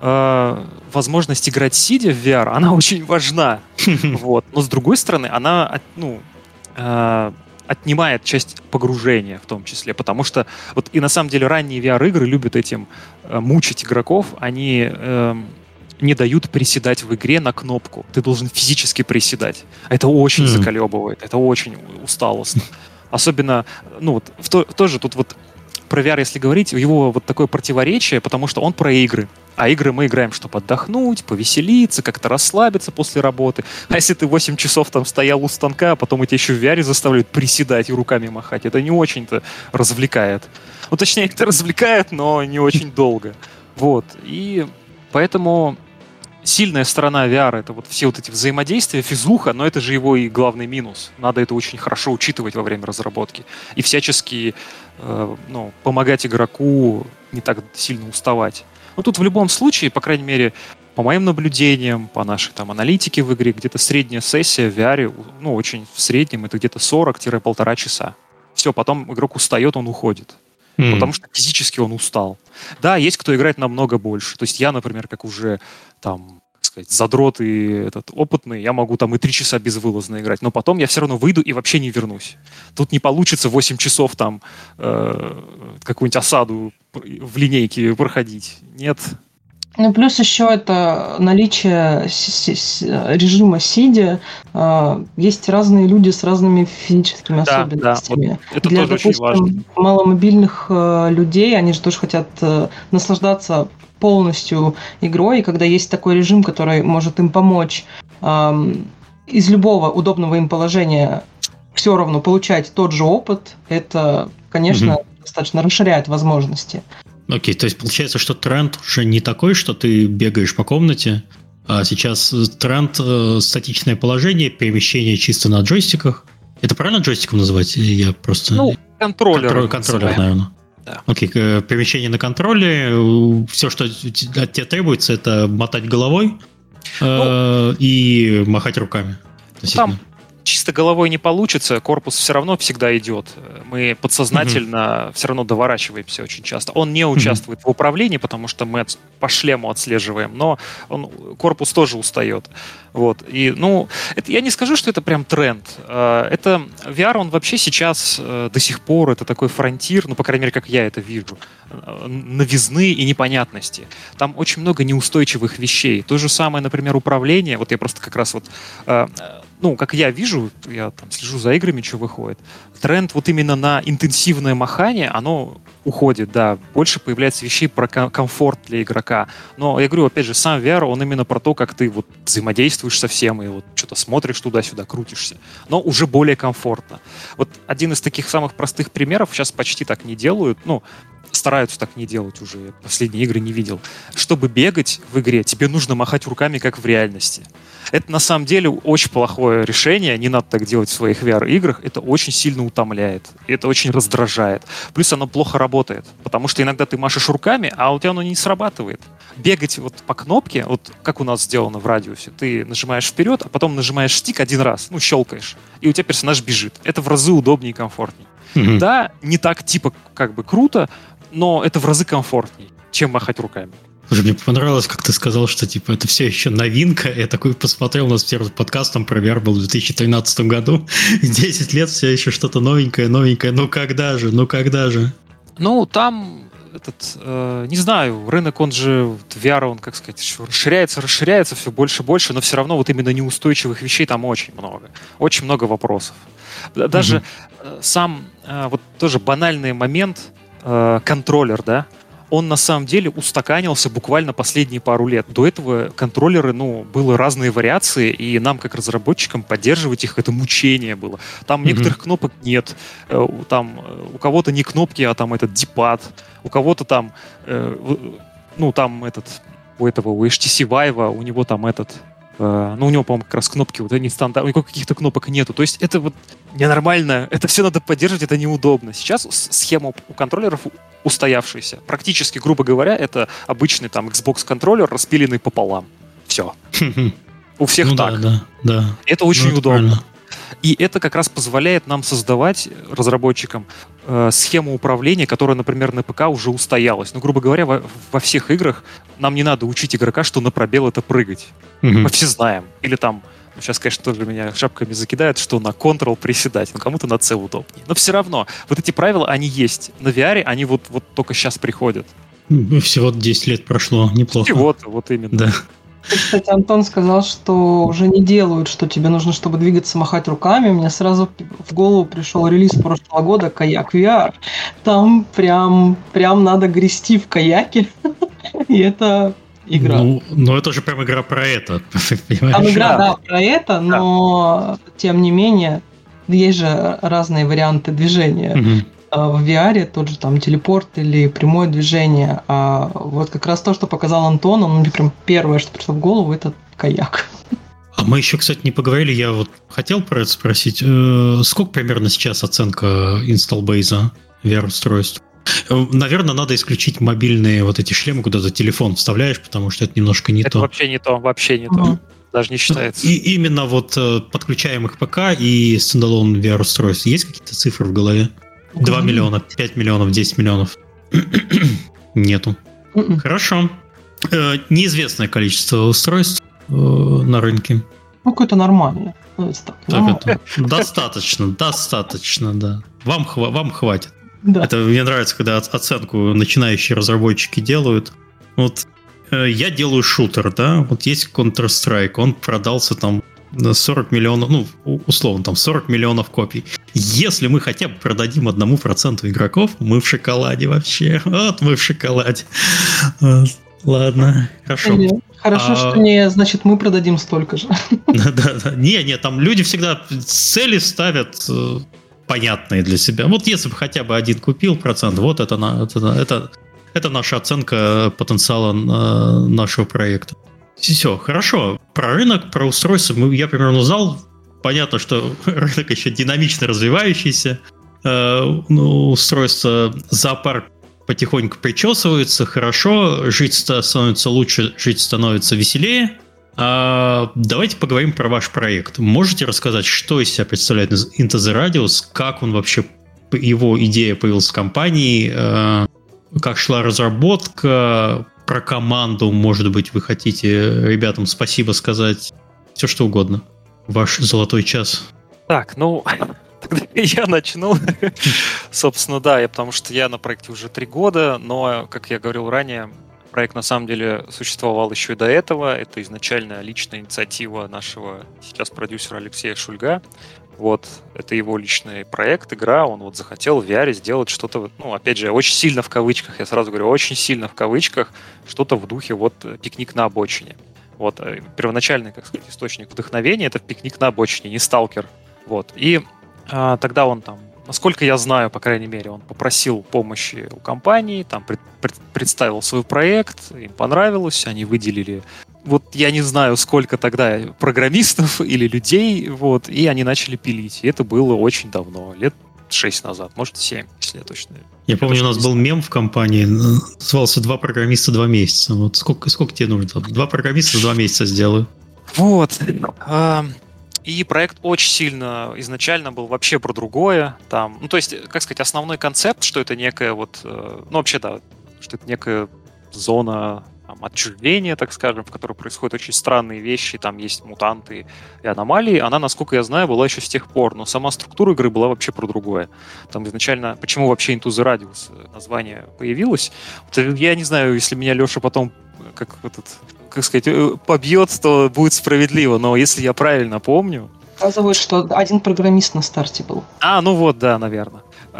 э, возможность играть сидя в ви ар, она очень важна. Вот. Но с другой стороны, она, ну, э, отнимает часть погружения в том числе. Потому что вот и на самом деле ранние ви ар-игры любят этим э, мучить игроков. Они... Э, не дают приседать в игре на кнопку. Ты должен физически приседать. Это очень mm. заколебывает, это очень усталостно. Особенно, ну вот, в то, тоже тут вот про ви ар, если говорить, его вот такое противоречие, потому что он про игры. А игры мы играем, чтобы отдохнуть, повеселиться, как-то расслабиться после работы. А если ты восемь часов там стоял у станка, а потом эти еще в ви ар заставляют приседать и руками махать, это не очень-то развлекает. Ну, точнее, это развлекает, но не очень долго. Вот. И поэтому сильная сторона ви ар — это вот все вот эти взаимодействия, физуха, но это же его и главный минус. Надо это очень хорошо учитывать во время разработки. И всячески э, ну, помогать игроку не так сильно уставать. Но тут в любом случае, по крайней мере, по моим наблюдениям, по нашей там аналитике в игре, где-то средняя сессия в ви ар, ну, очень в среднем, это где-то сорок-полтора часа. Все, потом игрок устает, он уходит. Mm. Потому что физически он устал. Да, есть кто играет намного больше. То есть я, например, как уже там, как сказать, задрот и этот опытный, я могу там и три часа безвылазно играть. Но потом я все равно выйду и вообще не вернусь. Тут не получится восемь часов там э, какую-нибудь осаду в линейке проходить. Нет. Ну, плюс еще это наличие режима сидя. Есть разные люди с разными физическими да, особенностями. Да, вот это Для, тоже допустим, очень важно. маломобильных людей, они же тоже хотят наслаждаться полностью игрой, и когда есть такой режим, который может им помочь из любого удобного им положения все равно получать тот же опыт, это, конечно, угу. достаточно расширяет возможности. Окей, то есть получается, что тренд уже не такой, что ты бегаешь по комнате, а сейчас тренд э, статичное положение, перемещение чисто на джойстиках. Это правильно джойстиком называть? Я просто... Ну, контроллер. Контроллер, контроллер, наверное. Да. Окей, перемещение на контроле. Все, что от тебя требуется, это мотать головой э, ну, и махать руками. Там чисто головой не получится, корпус все равно всегда идет. Мы подсознательно mm-hmm. все равно доворачиваемся очень часто. Он не участвует mm-hmm. в управлении, потому что мы от, по шлему отслеживаем, но он, корпус тоже устает. Вот. И, ну, это, я не скажу, что это прям тренд. Это ви ар, он вообще сейчас до сих пор, это такой фронтир, ну, по крайней мере, как я это вижу, новизны и непонятности. Там очень много неустойчивых вещей. То же самое, например, управление. Вот я просто как раз вот... Ну, как я вижу, я там слежу за играми, что выходит, тренд вот именно на интенсивное махание, оно уходит, да, больше появляется вещей про комфорт для игрока. Но я говорю, опять же, сам ви ар, он именно про то, как ты вот взаимодействуешь со всем и вот что-то смотришь туда-сюда, крутишься, но уже более комфортно. Вот один из таких самых простых примеров, сейчас почти так не делают, ну, стараются так не делать уже, я последние игры не видел. Чтобы бегать в игре, тебе нужно махать руками, как в реальности. Это на самом деле очень плохое решение, не надо так делать в своих ви ар-играх, это очень сильно утомляет, это очень раздражает. Плюс оно плохо работает, потому что иногда ты машешь руками, а у тебя оно не срабатывает. Бегать вот по кнопке, вот как у нас сделано в радиусе, ты нажимаешь вперед, а потом нажимаешь штик один раз, ну, щелкаешь, и у тебя персонаж бежит. Это в разы удобнее и комфортнее. Mm-hmm. Да, не так типа как бы круто, но это в разы комфортнее, чем махать руками. Слушай, мне понравилось, как ты сказал, что типа это все еще новинка. Я такой посмотрел, у нас первый подкаст там про ви ар был в две тысячи тринадцатом году. десять лет все еще что-то новенькое, новенькое. Ну когда же, ну когда же? Ну, там этот, э, не знаю, рынок, он же, ви ар, он, как сказать, расширяется, расширяется все больше и больше, но все равно вот именно неустойчивых вещей там очень много. Очень много вопросов. Даже mm-hmm. сам, э, вот тоже банальный момент, э, контроллер, да, он на самом деле устаканился буквально последние пару лет. До этого контроллеры, ну, было разные вариации, и нам, как разработчикам, поддерживать их, это мучение было. Там mm-hmm. некоторых кнопок нет, там у кого-то не кнопки, а там этот дипад, у кого-то там, ну, там этот, у этого, у эйч ти си Vive, у него там этот, ну, у него, по-моему, как раз кнопки, вот они стандарт, у него каких-то кнопок нету. То есть это вот ненормально, это все надо поддерживать, это неудобно. Сейчас схема у контроллеров устоявшаяся. Практически, грубо говоря, это обычный там Xbox-контроллер, распиленный пополам. Все. У всех ну, так. Да, да, да. Это очень ну, удобно. Правильно. И это как раз позволяет нам создавать, разработчикам, э, схему управления, которая, например, на ПК уже устоялась. Ну, грубо говоря, во, во всех играх нам не надо учить игрока, что на пробел это прыгать. Mm-hmm. Мы все знаем. Или там, ну, сейчас, конечно, тоже меня шапками закидают, что на Ctrl приседать, но кому-то на C удобнее. Но все равно, вот эти правила, они есть. На ви ар они вот, вот только сейчас приходят. Всего десять лет прошло, неплохо. Всего-то, вот именно. Да. Кстати, Антон сказал, что уже не делают, что тебе нужно, чтобы двигаться, махать руками. Мне сразу в голову пришел релиз прошлого года «Каяк ви ар». Там прям, прям надо грести в каяке. И это игра. Ну, но это же прям игра про это. Там игра, да, про это, но тем не менее, есть же разные варианты движения. В ви ар тот же там телепорт или прямое движение. А вот как раз то, что показал Антон, он мне прям первое, что пришло в голову, это каяк. А мы еще, кстати, не поговорили, я вот хотел про это спросить. Э, сколько примерно сейчас оценка инсталл-бейза ви ар-устройств? Наверное, надо исключить мобильные вот эти шлемы, куда ты телефон вставляешь, потому что это немножко не это то. Это вообще не то, вообще не uh-huh. то. Даже не считается. И именно вот подключаемых ПК и стендалон ви ар-устройств. Есть какие-то цифры в голове? два миллиона, пять миллионов, десять миллионов. Нету. Mm-mm. Хорошо. Э, неизвестное количество устройств э, на рынке. Ну, какое-то нормальное. Так, ну, это, достаточно, достаточно, да. Вам, хва- вам хватит. Да. Это мне нравится, когда оценку начинающие разработчики делают. Вот э, я делаю шутер, да, вот есть Counter-Strike, он продался там на сорок миллионов, ну, условно, там сорок миллионов копий. Если мы хотя бы продадим одному проценту игроков, мы в шоколаде вообще. Вот мы в шоколаде. Ладно, хорошо. Хорошо, а... что не, значит, мы продадим столько же. Да-да-да. Не-не, там люди всегда цели ставят понятные для себя. Вот если бы хотя бы один купил процент, вот это, это, это, это наша оценка потенциала нашего проекта. Все, хорошо. Про рынок, про устройство я примерно узнал. Понятно, что рынок еще динамично развивающийся. Э, ну, устройство зоопарк потихоньку причесывается, хорошо. Жить становится лучше, жить становится веселее. А давайте поговорим про ваш проект. Можете рассказать, что из себя представляет Into the Radius, как он вообще, его идея появилась в компании, э, как шла разработка, про команду, может быть, вы хотите ребятам спасибо сказать, все что угодно. Ваш золотой час. Так, ну, тогда я начну. Собственно, да, я, потому что я на проекте уже три года, но, как я говорил ранее, проект на самом деле существовал еще и до этого. Это изначально личная инициатива нашего сейчас продюсера Алексея Шульга. Вот, это его личный проект, игра, он вот захотел в ви ар сделать что-то, ну, опять же, очень сильно в кавычках, я сразу говорю, очень сильно в кавычках, что-то в духе вот пикник на обочине. Вот, первоначальный, как сказать, источник вдохновения — это пикник на обочине, не сталкер. Вот, и а, тогда он там, насколько я знаю, по крайней мере, он попросил помощи у компании, там пред, пред, представил свой проект, им понравилось, они выделили... Вот я не знаю, сколько тогда программистов или людей, вот, и они начали пилить. И это было очень давно, лет шесть назад, может, семь, если я точно... Я помню, у нас был мем в компании, назывался «Два программиста, два месяца». Вот сколько, сколько тебе нужно? Два программиста, два месяца сделаю. Вот. И проект очень сильно изначально был вообще про другое. Там, ну, то есть, как сказать, основной концепт, что это некая вот... Ну, вообще, да, что это некая зона... Там, отчуждение, так скажем, в которой происходят очень странные вещи, там есть мутанты и аномалии, она, насколько я знаю, была еще с тех пор, но сама структура игры была вообще про другое. Там изначально, почему вообще Into the Radius название появилось, я не знаю, если меня Леша потом, как этот, как сказать, побьет, то будет справедливо, но если я правильно помню, Оказывается, что один программист на старте был. А, ну вот, да, наверное.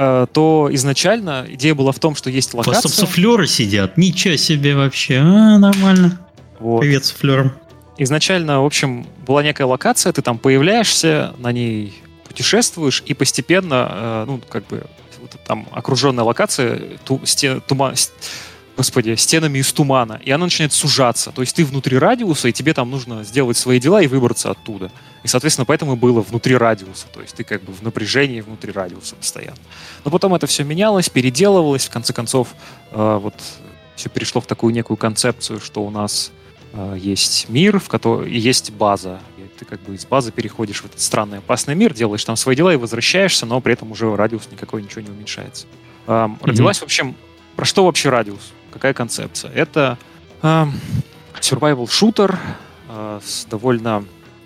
То изначально идея была в том, что есть локация. У вас там суфлеры сидят? Ничего себе вообще. А, нормально. Вот. Привет суфлерам. Изначально, в общем, была некая локация, ты там появляешься, на ней путешествуешь, и постепенно, ну, как бы, вот там окруженная локация, ту, стен, тума, господи, стенами из тумана, и она начинает сужаться. То есть ты внутри радиуса, и тебе там нужно сделать свои дела и выбраться оттуда. И, соответственно, поэтому было внутри радиуса. То есть ты как бы в напряжении внутри радиуса постоянно. Но потом это все менялось, переделывалось. В конце концов, э, вот все перешло в такую некую концепцию, что у нас э, есть мир, в котором и есть база. И ты как бы из базы переходишь в этот странный опасный мир, делаешь там свои дела и возвращаешься, но при этом уже радиус никакой, ничего не уменьшается. Э, mm-hmm. Родилась, в общем, про что вообще радиус? Какая концепция? Это э, survival-шутер э, с довольно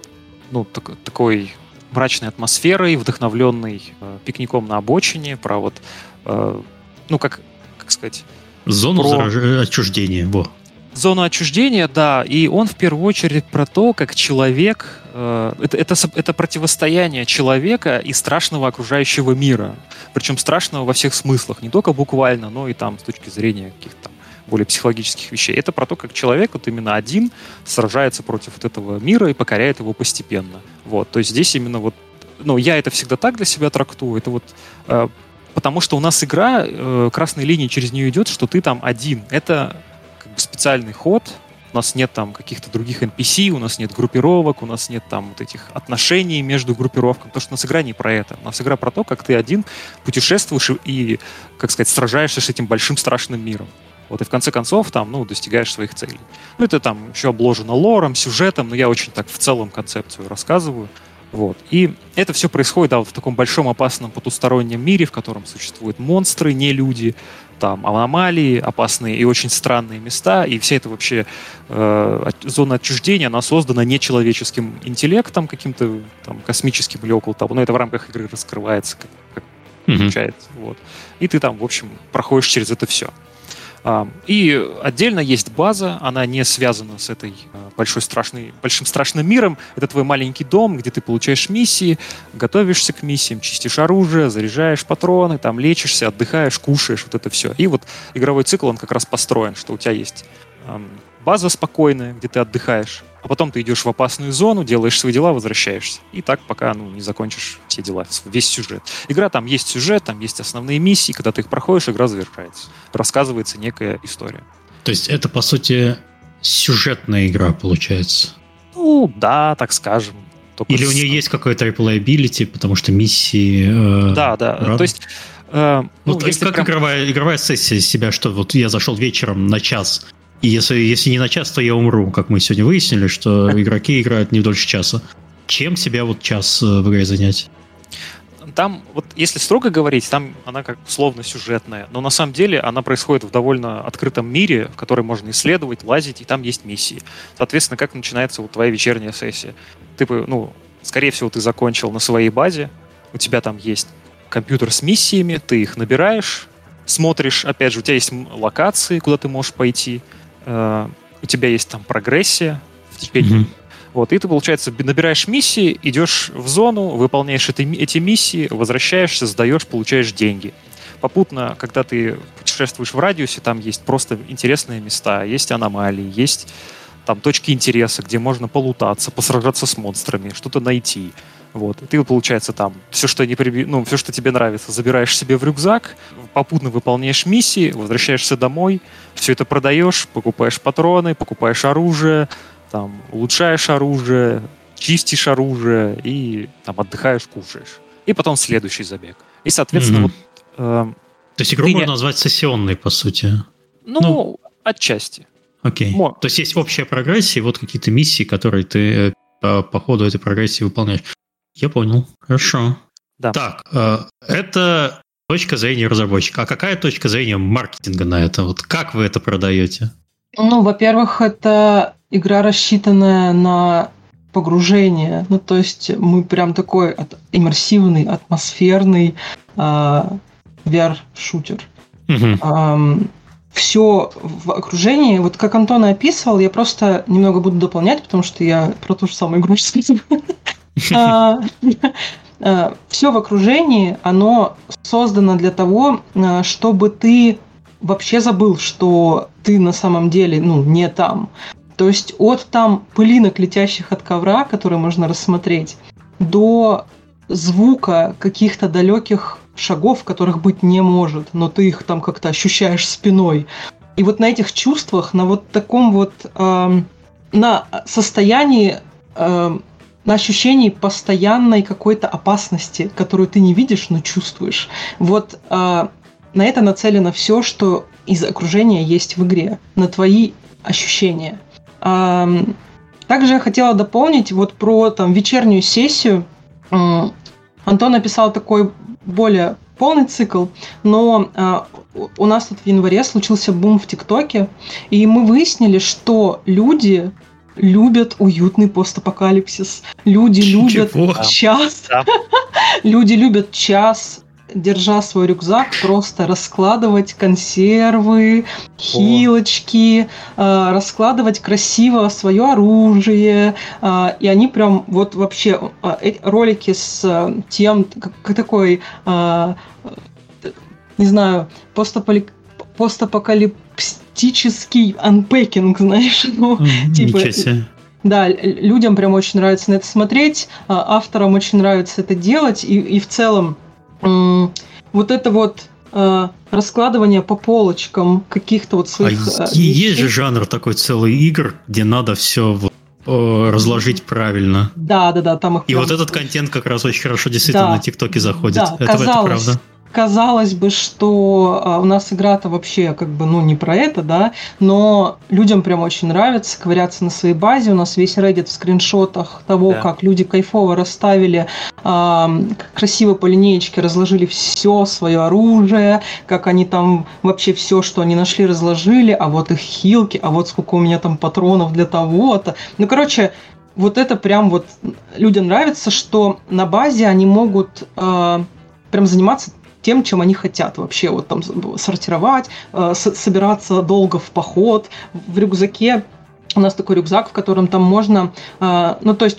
ну, так, такой мрачной атмосферой, вдохновленный э, пикником на обочине, про вот, э, ну, как, как сказать... Зону про... зараж... отчуждения, во. Зону отчуждения, да, и он в первую очередь про то, как человек... Э, это, это, это противостояние человека и страшного окружающего мира. Причем страшного во всех смыслах, не только буквально, но и там с точки зрения каких-то там более психологических вещей. Это про то, как человек вот именно один сражается против вот этого мира и покоряет его постепенно. Вот, то есть здесь именно вот, ну, я это всегда так для себя трактую, это вот, э, потому что у нас игра, э, красной линией через нее идет, что ты там один. Это как бы специальный ход, у нас нет там каких-то других эн пи си, у нас нет группировок, у нас нет там вот этих отношений между группировками, потому что у нас игра не про это. У нас игра про то, как ты один путешествуешь и, как сказать, сражаешься с этим большим страшным миром. Вот, и в конце концов там, ну, достигаешь своих целей. Ну, это там еще обложено лором, сюжетом, но я очень так в целом концепцию рассказываю. Вот. И это все происходит, да, вот в таком большом опасном потустороннем мире, в котором существуют монстры, не люди, там аномалии, опасные и очень странные места, и вся эта вообще э, зона отчуждения, она создана нечеловеческим интеллектом, каким-то там космическим или около того, но это в рамках игры раскрывается, как, как mm-hmm. получается. Вот. И ты там, в общем, проходишь через это все. И отдельно есть база, она не связана с этой большой страшной, большим страшным миром. Это твой маленький дом, где ты получаешь миссии, готовишься к миссиям, чистишь оружие, заряжаешь патроны, там лечишься, отдыхаешь, кушаешь, вот это все. И вот игровой цикл, он как раз построен, что у тебя есть база спокойная, где ты отдыхаешь, а потом ты идешь в опасную зону, делаешь свои дела, возвращаешься. И так, пока ну, не закончишь все дела, весь сюжет. Игра, там есть сюжет, там есть основные миссии, когда ты их проходишь, игра завершается. Рассказывается некая история. То есть это, по сути, сюжетная игра, получается? Ну, да, так скажем. Только Или с... у нее есть какой-то replayability, потому что миссии... Э, да, да, рад... то есть... Э, ну, ну, как прям... игровая, игровая сессия из себя, что вот я зашел вечером на час, и если, если не на час, то я умру, как мы сегодня выяснили, что игроки играют не дольше часа. Чем себя вот час в игре занять? Там, вот если строго говорить, там она как условно сюжетная, но на самом деле она происходит в довольно открытом мире, в который можно исследовать, лазить, и там есть миссии. Соответственно, как начинается вот твоя вечерняя сессия? Ты, ну, скорее всего, ты закончил на своей базе, у тебя там есть компьютер с миссиями, ты их набираешь, смотришь, опять же, у тебя есть локации, куда ты можешь пойти, Uh, у тебя есть там прогрессия в течение. Mm-hmm. Вот, и ты, получается, набираешь миссии, идешь в зону, выполняешь это, эти миссии, возвращаешься, сдаешь, получаешь деньги. Попутно, когда ты путешествуешь в радиусе, там есть просто интересные места, есть аномалии, есть там точки интереса, где можно полутаться, посражаться с монстрами, что-то найти. Вот. И ты, получается, там все, что не приби... ну, все, что тебе нравится, забираешь себе в рюкзак, попутно выполняешь миссии, возвращаешься домой, все это продаешь, покупаешь патроны, покупаешь оружие, там, улучшаешь оружие, чистишь оружие и там отдыхаешь, кушаешь. И потом следующий забег. И, соответственно, mm-hmm. вот... Э, То есть игру можно не... назвать сессионной, по сути? Ну, ну... отчасти. Окей. Мо... То есть есть общая прогрессия, вот какие-то миссии, которые ты по, по ходу этой прогрессии выполняешь. Я понял. Хорошо. Да. Так, э, это точка зрения разработчика. А какая точка зрения маркетинга на это? Вот как вы это продаете? Ну, во-первых, это игра, рассчитанная на погружение. Ну, то есть мы прям такой иммерсивный, атмосферный э, ви ар-шутер. Угу. Э, все в окружении, вот как Антон описывал, я просто немного буду дополнять, потому что я про ту же самую игру рассказываю. Все в окружении, оно создано для того, чтобы ты вообще забыл, что ты на самом деле, ну, не там. То есть от там пылинок, летящих от ковра, которые можно рассмотреть, до звука каких-то далеких шагов, которых быть не может, но ты их там как-то ощущаешь спиной. И вот на этих чувствах, на вот таком вот, э, на состоянии, э, на ощущении постоянной какой-то опасности, которую ты не видишь, но чувствуешь. Вот э, на это нацелено все, что из окружения есть в игре, на твои ощущения. Э, также я хотела дополнить вот про там вечернюю сессию. Э, Антон написал такой более полный цикл, но э, у нас тут в январе случился бум в ТикТоке, и мы выяснили, что люди любят уютный постапокалипсис, люди любят Чего? час, Да. люди любят час, держа свой рюкзак, просто раскладывать консервы, хилочки, э, раскладывать красиво свое оружие, э, и они прям вот вообще э, ролики с э, тем, как, как такой, э, не знаю, постаполи- постапокалиптический анпекинг, знаешь, ну, Mm, типа... Ничего себе. Да, людям прям очень нравится на это смотреть, авторам очень нравится это делать, и, и в целом м- вот это вот э, раскладывание по полочкам каких-то вот своих А э, есть вещей. же жанр такой целый игр, где надо все вот, э, разложить правильно. Да, да, да, там их И прям- вот этот контент как раз очень хорошо действительно Да. на ТикТоке заходит. Да, это, это казалось, правда. казалось бы, что а, у нас игра-то вообще как бы, ну, не про это, да, но людям прям очень нравится ковыряться на своей базе. У нас весь Reddit в скриншотах того, Да. как люди кайфово расставили, а, красиво по линеечке разложили все свое оружие, как они там вообще все, что они нашли, разложили, а вот их хилки, а вот сколько у меня там патронов для того-то. Ну, короче, вот это прям вот людям нравится, что на базе они могут а, прям заниматься тем, чем они хотят вообще, вот там сортировать, э, с- собираться долго в поход. В рюкзаке у нас такой рюкзак, в котором там можно, э, ну то есть,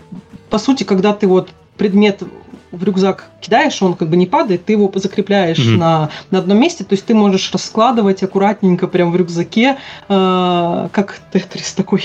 по сути, когда ты вот предмет в рюкзак кидаешь, он как бы не падает, ты его закрепляешь Мгм. на, на одном месте, то есть ты можешь раскладывать аккуратненько прям в рюкзаке, э, как тетрис такой,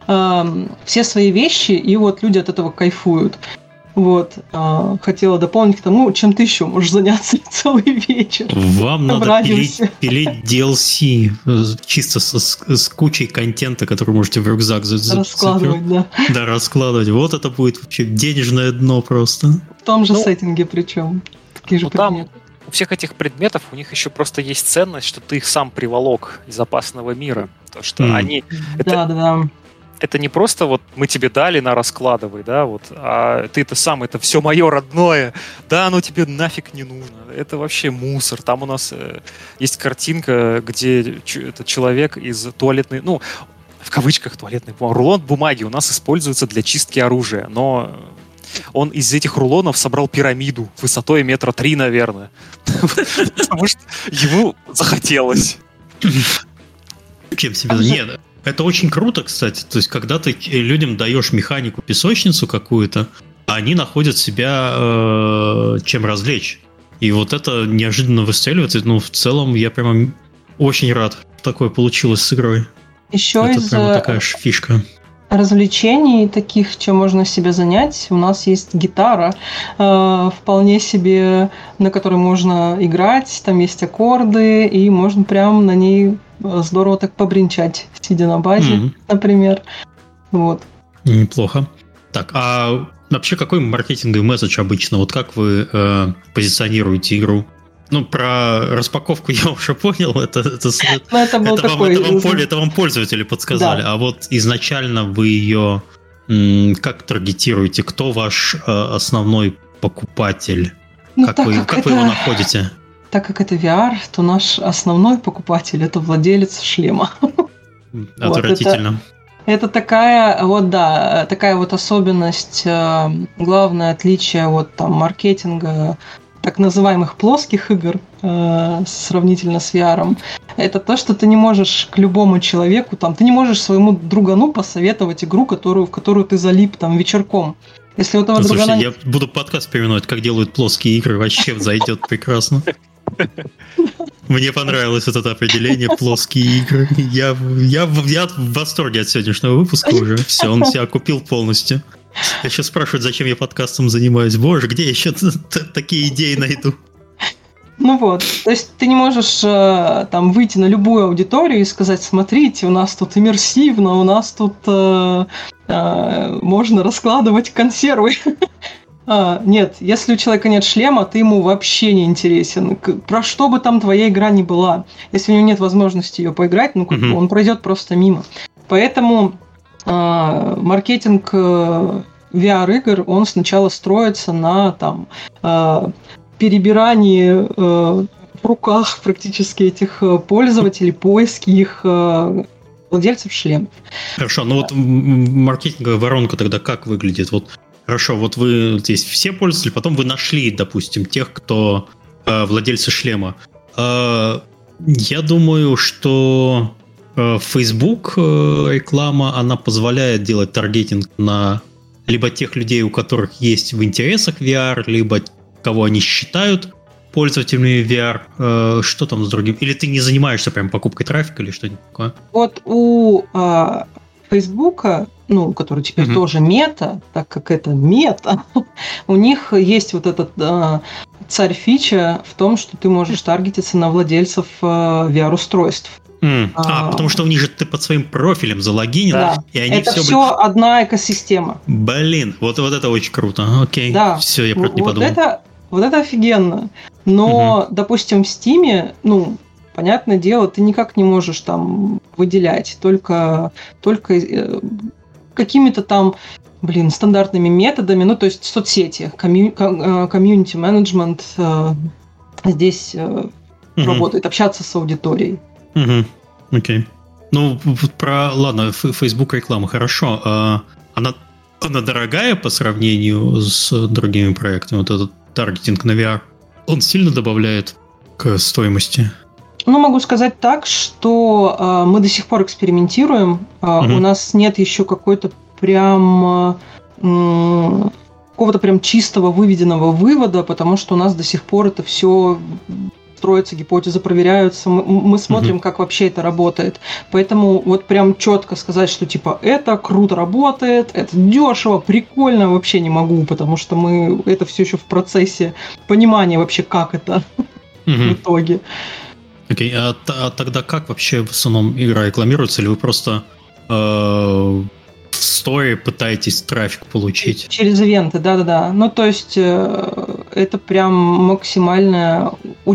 э, все свои вещи, и вот люди от этого кайфуют. Вот, а, хотела дополнить к тому, чем ты еще можешь заняться целый вечер. Вам в надо радиусе. пилить, пилить ди эл си э, чисто с, с- с кучей контента, который можете в рюкзак за- за- Раскладывать, да. Да, раскладывать. Вот это будет вообще денежное дно просто. В том же Ну, сеттинге причем. Такие же Ну, там предметы. у всех этих предметов у них еще просто есть ценность, что ты их сам приволок из опасного мира. Потому что Мгм. они... это- Да, да, да. Это не просто вот мы тебе дали на раскладывай, да, вот, а ты-то сам, это все мое родное, да, оно тебе нафиг не нужно. Это вообще мусор. Там у нас э, есть картинка, где ч- этот человек из туалетной, ну, в кавычках туалетной бумаги, рулон бумаги у нас используется для чистки оружия, но он из этих рулонов собрал пирамиду высотой метра три, наверное. Потому что ему захотелось. Чем себе... А же- Нет, это очень круто, кстати. То есть, когда ты людям даешь механику, песочницу какую-то, они находят себя э, чем развлечь. И вот это неожиданно выстреливает. Ну, в целом, я прямо очень рад, что такое получилось с игрой. Еще Это из прямо э, такая ж фишка. развлечений таких, чем можно себя занять, у нас есть гитара, э, вполне себе, на которой можно играть, там есть аккорды, и можно прям на ней э, здорово так побринчать, сидя на базе, Мгм. например. Вот. Неплохо. Так, а вообще какой маркетинговый месседж обычно? Вот как вы э, позиционируете игру? Ну, про распаковку я уже понял. Это, это, Но это был это, вам, такой... это, вам, поле- это вам пользователи подсказали. Да. А вот изначально вы ее м, как таргетируете? Кто ваш э, основной покупатель? Ну, Как, так вы, как как это- вы его находите? Так как это ви ар, то наш основной покупатель – это владелец шлема. Отвратительно. Это такая, вот да, такая вот особенность, э, главное отличие вот там маркетинга так называемых плоских игр э, сравнительно с ви ар. Это то, что ты не можешь к любому человеку, там, ты не можешь своему другану посоветовать игру, которую, в которую ты залип там вечерком. Если у того ну, другана... Слушайте, я буду подкаст переименовать, как делают плоские игры, вообще зайдет прекрасно. Мне понравилось вот это определение «плоские игры». Я, я, я в восторге от сегодняшнего выпуска уже. Все, он себя купил полностью. Я сейчас спрашиваю, зачем я подкастом занимаюсь. Боже, где я еще такие идеи найду? Ну вот, то есть ты не можешь э, там выйти на любую аудиторию и сказать: смотрите, у нас тут иммерсивно, у нас тут э, э, можно раскладывать консервы. а, нет, если у человека нет шлема, ты ему вообще не интересен. Про что бы там твоя игра ни была, если у него нет возможности ее поиграть, ну как бы он пройдет просто мимо. Поэтому э, маркетинг э, ви ар-игр, он сначала строится на там... Э, перебирании э, в руках практически этих пользователей, поиски их э, владельцев шлемов. Хорошо, ну вот маркетинговая воронка тогда как выглядит? Вот хорошо, вот вы здесь все пользователи, потом вы нашли, допустим, тех, кто э, владельцы шлема. Э, я думаю, что э, Facebook э, реклама, она позволяет делать таргетинг на либо тех людей, у которых есть в интересах ви ар, либо кого они считают пользователями ви ар, э, что там с другим? Или ты не занимаешься прям покупкой трафика или что-нибудь такое? Вот у э, Фейсбука, ну, который теперь uh-huh. тоже мета, так как это мета, у них есть вот этот э, царь-фича в том, что ты можешь таргетиться на владельцев э, ви ар-устройств. Mm. А, а, потому что у них же ты под своим профилем залогинил, да. и они это все... все блин... одна экосистема. Блин, вот, вот это очень круто. Окей, да. все, я про это вот не подумал. Это, вот это офигенно. Но, uh-huh. допустим, в Steam, ну, понятное дело, ты никак не можешь там выделять, только, только э, какими-то там, блин, стандартными методами, ну, то есть соцсети, комьюнити менеджмент э, здесь э, uh-huh. работает, общаться с аудиторией. Угу, окей. Ну, про, ладно, Facebook реклама, хорошо. А она, она дорогая по сравнению с другими проектами? Вот этот таргетинг на ви ар, он сильно добавляет к стоимости? Ну, могу сказать так, что э, мы до сих пор экспериментируем. Э, угу. У нас нет еще какой-то прям... Э, какого-то прям чистого выведенного вывода, потому что у нас до сих пор это все... строятся, гипотезы проверяются, мы, мы смотрим, uh-huh. как вообще это работает. Поэтому вот прям четко сказать, что типа это круто работает, это дешево, прикольно, вообще не могу, потому что мы это все еще в процессе понимания вообще, как это uh-huh. в ивоге. Окей, okay. а, а тогда как вообще в основном игра рекламируется, или вы просто э, в сторе пытаетесь трафик получить? Через ивенты, да-да-да. Ну, то есть э, это прям максимальное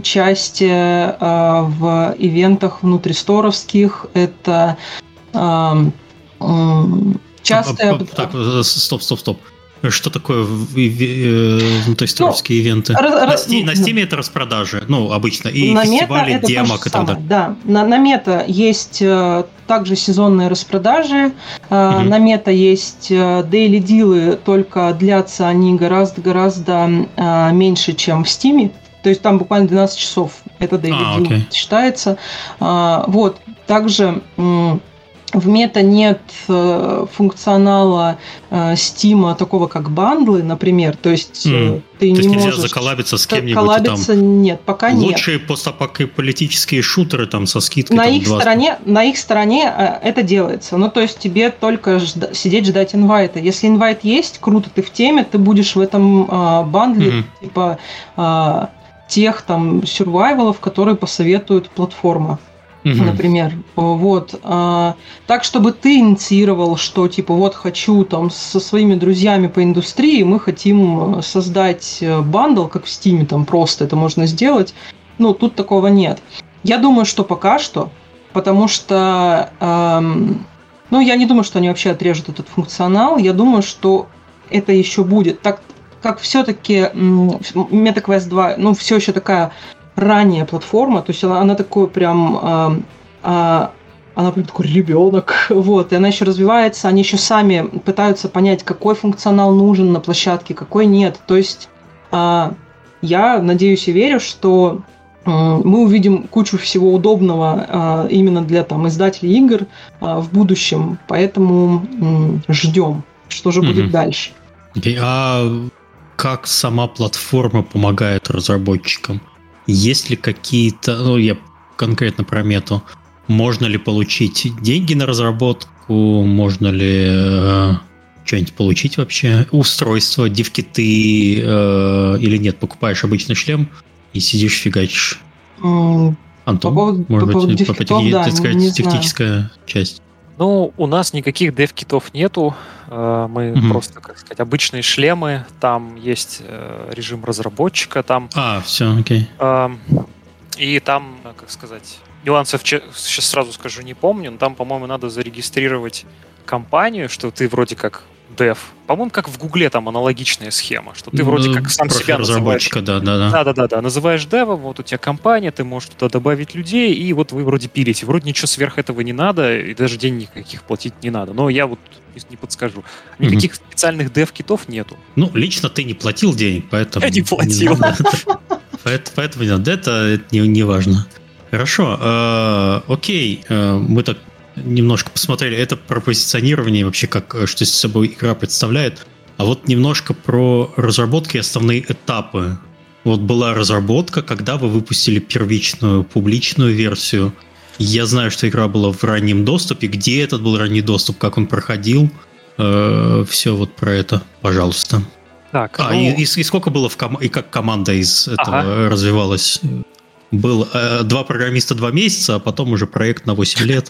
участие э, в ивентах внутристоровских. Это э, э, частое... А, а, так, стоп, стоп, стоп. Что такое внутристоровские ну, ивенты? Раз, на, раз, Steam, на Steam это распродажи, ну, обычно, и на фестивали, мета демок и так далее. Да, на, на мета есть э, также сезонные распродажи, э, угу. на мета есть дейли дилы, только длятся они гораздо-гораздо э, меньше, чем в Steam. То есть там буквально двенадцать часов это дейли а, дил окей. считается. А, вот, также... М- В мета нет э, функционала э, Steam такого, как бандлы, например. То есть mm. ты То не есть нельзя можешь... заколлабиться с кем-нибудь? Коллабиться там нет, пока нет. Лучшие постапокалиптические шутеры там со скидкой. На, там, их, двадцать стороне, на их стороне э, это делается. Ну, то есть тебе только жда- сидеть ждать инвайта. Если инвайт есть, круто, ты в теме, ты будешь в этом э, бандле mm-hmm. типа э, тех там сюрвайвалов, которые посоветует платформа. Uh-huh. Например, вот, а, так, чтобы ты инициировал, что, типа, вот, хочу там со своими друзьями по индустрии, мы хотим создать бандл, как в Steam, там просто это можно сделать, ну, тут такого нет. Я думаю, что пока что, потому что, эм, ну, я не думаю, что они вообще отрежут этот функционал, я думаю, что это еще будет, так как все-таки MetaQuest два, ну, все еще такая ранняя платформа, то есть она, она такой прям, э, э, она прям такой ребенок, вот, и она еще развивается, они еще сами пытаются понять, какой функционал нужен на площадке, какой нет, то есть э, я надеюсь и верю, что э, мы увидим кучу всего удобного э, именно для там издателей игр э, в будущем, поэтому э, ждем, что же mm-hmm. будет дальше. Okay. А как сама платформа помогает разработчикам? Есть ли какие-то, ну, я конкретно про мету, можно ли получить деньги на разработку, можно ли э, что-нибудь получить вообще, устройство, дивкиты э, или нет, покупаешь обычный шлем и сидишь фигачишь? Mm, Антон, по поводу, может по поводу быть, дивкитов, по, да, так сказать, не техническая знаю. часть? Ну, у нас никаких дев-китов нету. Мы Мгм. просто, как сказать, обычные шлемы. Там есть э, режим разработчика. Там, А, все, окей. э, и там, э, как сказать, нюансов че- сейчас сразу скажу, не помню. Но там, по-моему, надо зарегистрировать компанию, что ты вроде как дев. По-моему, как в Гугле там аналогичная схема, что ты вроде как сам Профиль себя называешь. разработчика, да, да, да. Да-да-да, называешь девом, вот у тебя компания, ты можешь туда добавить людей, и вот вы вроде пилите. Вроде ничего сверх этого не надо, и даже денег никаких платить не надо. Но я вот не подскажу. Никаких Мгм. специальных дев-китов нету. Ну, лично ты не платил денег, поэтому... Я не платил. надо. Поэт- Поэтому не надо. Это, это не, не важно. Хорошо. э, окей. э, мы так немножко посмотрели. Это про позиционирование, вообще, как, э, что из собой игра представляет. А вот немножко про разработки и основные этапы. Вот была разработка, когда вы выпустили первичную публичную версию. Я знаю, что игра была в раннем доступе. Где этот был ранний доступ, как он проходил? Э, все вот про это, пожалуйста. Так, А, ну, и, и, и сколько было в ком- и как команда из этого Ага. развивалась? Было э, два программиста два месяца, а потом уже проект на восемь лет.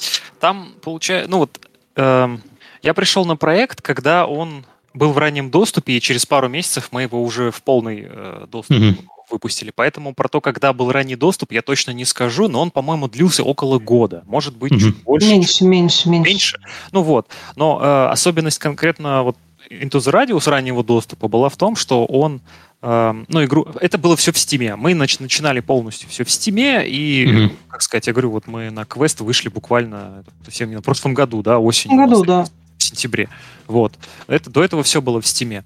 там получается, ну вот, эм, я пришел на проект, когда он был в раннем доступе, и через пару месяцев мы его уже в полный э, доступ Мгм. выпустили. Поэтому про то, когда был ранний доступ, я точно не скажу, но он, по-моему, длился около года. Может быть, Мгм. чуть больше. Меньше, меньше, меньше. Меньше. Ну вот. Но э, особенность конкретно вот Into the Radius раннего доступа была в том, что он э, ну, игру... Это было все в Стиме. Мы нач- начинали полностью все в Стиме, и, Мгм. как сказать, я говорю, вот мы на квест вышли буквально совсем не в прошлом году, да, В осенью. том у нас году, да. в сентябре. Вот. Это, до этого все было в Стиме.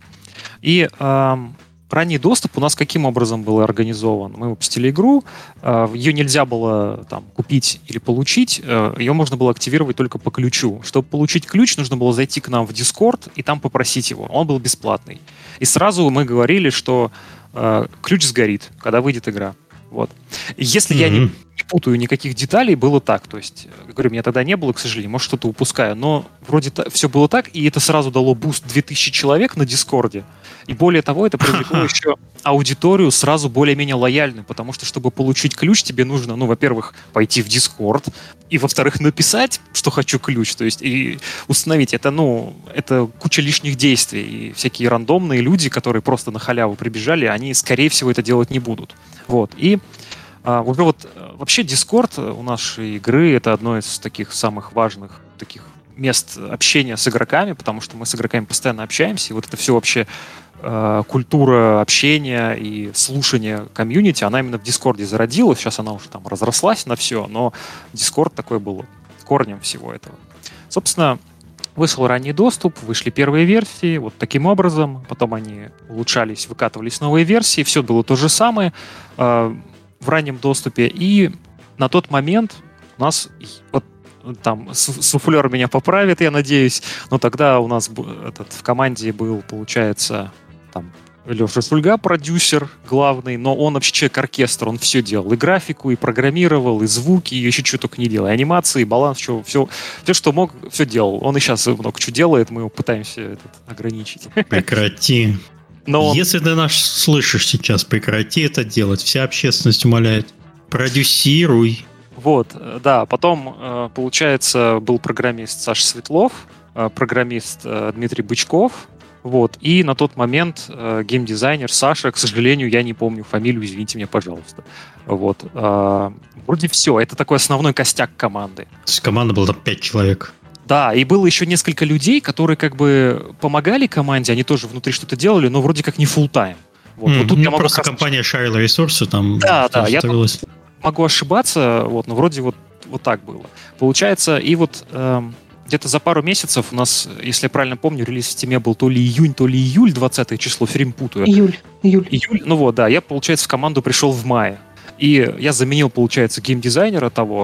И эм, ранний доступ у нас каким образом был организован? Мы выпустили игру, э, ее нельзя было там купить или получить, э, ее можно было активировать только по ключу. Чтобы получить ключ, нужно было зайти к нам в Discord и там попросить его. Он был бесплатный. И сразу мы говорили, что э, ключ сгорит, когда выйдет игра. Вот. И если я не, Мгм. не путаю никаких деталей, было так. То есть, э, говорю, меня тогда не было, к сожалению, может, что-то упускаю, но вроде все было так, и это сразу дало буст две тысячи человек на Дискорде. И более того, это привлекло Ха-ха. еще аудиторию сразу более-менее лояльную, потому что, чтобы получить ключ, тебе нужно, ну, во-первых, пойти в Дискорд, и, во-вторых, написать, что хочу ключ, то есть, и установить. Это, ну, это куча лишних действий, и всякие рандомные люди, которые просто на халяву прибежали, они, скорее всего, это делать не будут. Вот, и а, уже вот э, вообще Discord у нашей игры это одно из таких самых важных таких мест общения с игроками, потому что мы с игроками постоянно общаемся, и вот это все вообще э, культура общения и слушания комьюнити, она именно в Дискорде зародилась, сейчас она уже там разрослась на все, но Дискорд такой был корнем всего этого. Собственно, вышел ранний доступ, вышли первые версии, вот таким образом, потом они улучшались, выкатывались новые версии, все было то же самое э, в раннем доступе, и на тот момент у нас, вот там су- суфлер меня поправит, я надеюсь, но тогда у нас б- этот, в команде был, получается, там Леша Сульга, продюсер главный, но он вообще человек-оркестр, он все делал, и графику, и программировал, и звуки, и еще что только не делал, и анимации, и баланс, все, все, все, что мог, все делал. Он и сейчас много чего делает, мы его пытаемся этот, ограничить. Прекрати. Но он- Если ты нас слышишь сейчас, прекрати это делать. Вся общественность умоляет. Продюсируй. Вот, э, да, потом, э, получается, был программист Саша Светлов, э, программист э, Дмитрий Бычков, вот, и на тот момент э, геймдизайнер Саша, к сожалению, я не помню фамилию, извините меня, пожалуйста. Вот, э, вроде все, это такой основной костяк команды. То есть команда была там пять человек. Да, и было еще несколько людей, которые как бы помогали команде, они тоже внутри что-то делали, но вроде как не full-time. Вот, М, вот тут ну, я могу просто как раз- компания шарила ресурсы, там Да, да, тоже я ставилось. могу ошибаться, вот, но вроде вот, вот так было. Получается, и вот эм, где-то за пару месяцев у нас, если я правильно помню, релиз в Steam был то ли июнь, то ли июль, двадцатое число, все время путаю. Июль, июль. Июль, ну вот, да, я, получается, в команду пришел в мае. И я заменил, получается, геймдизайнера того,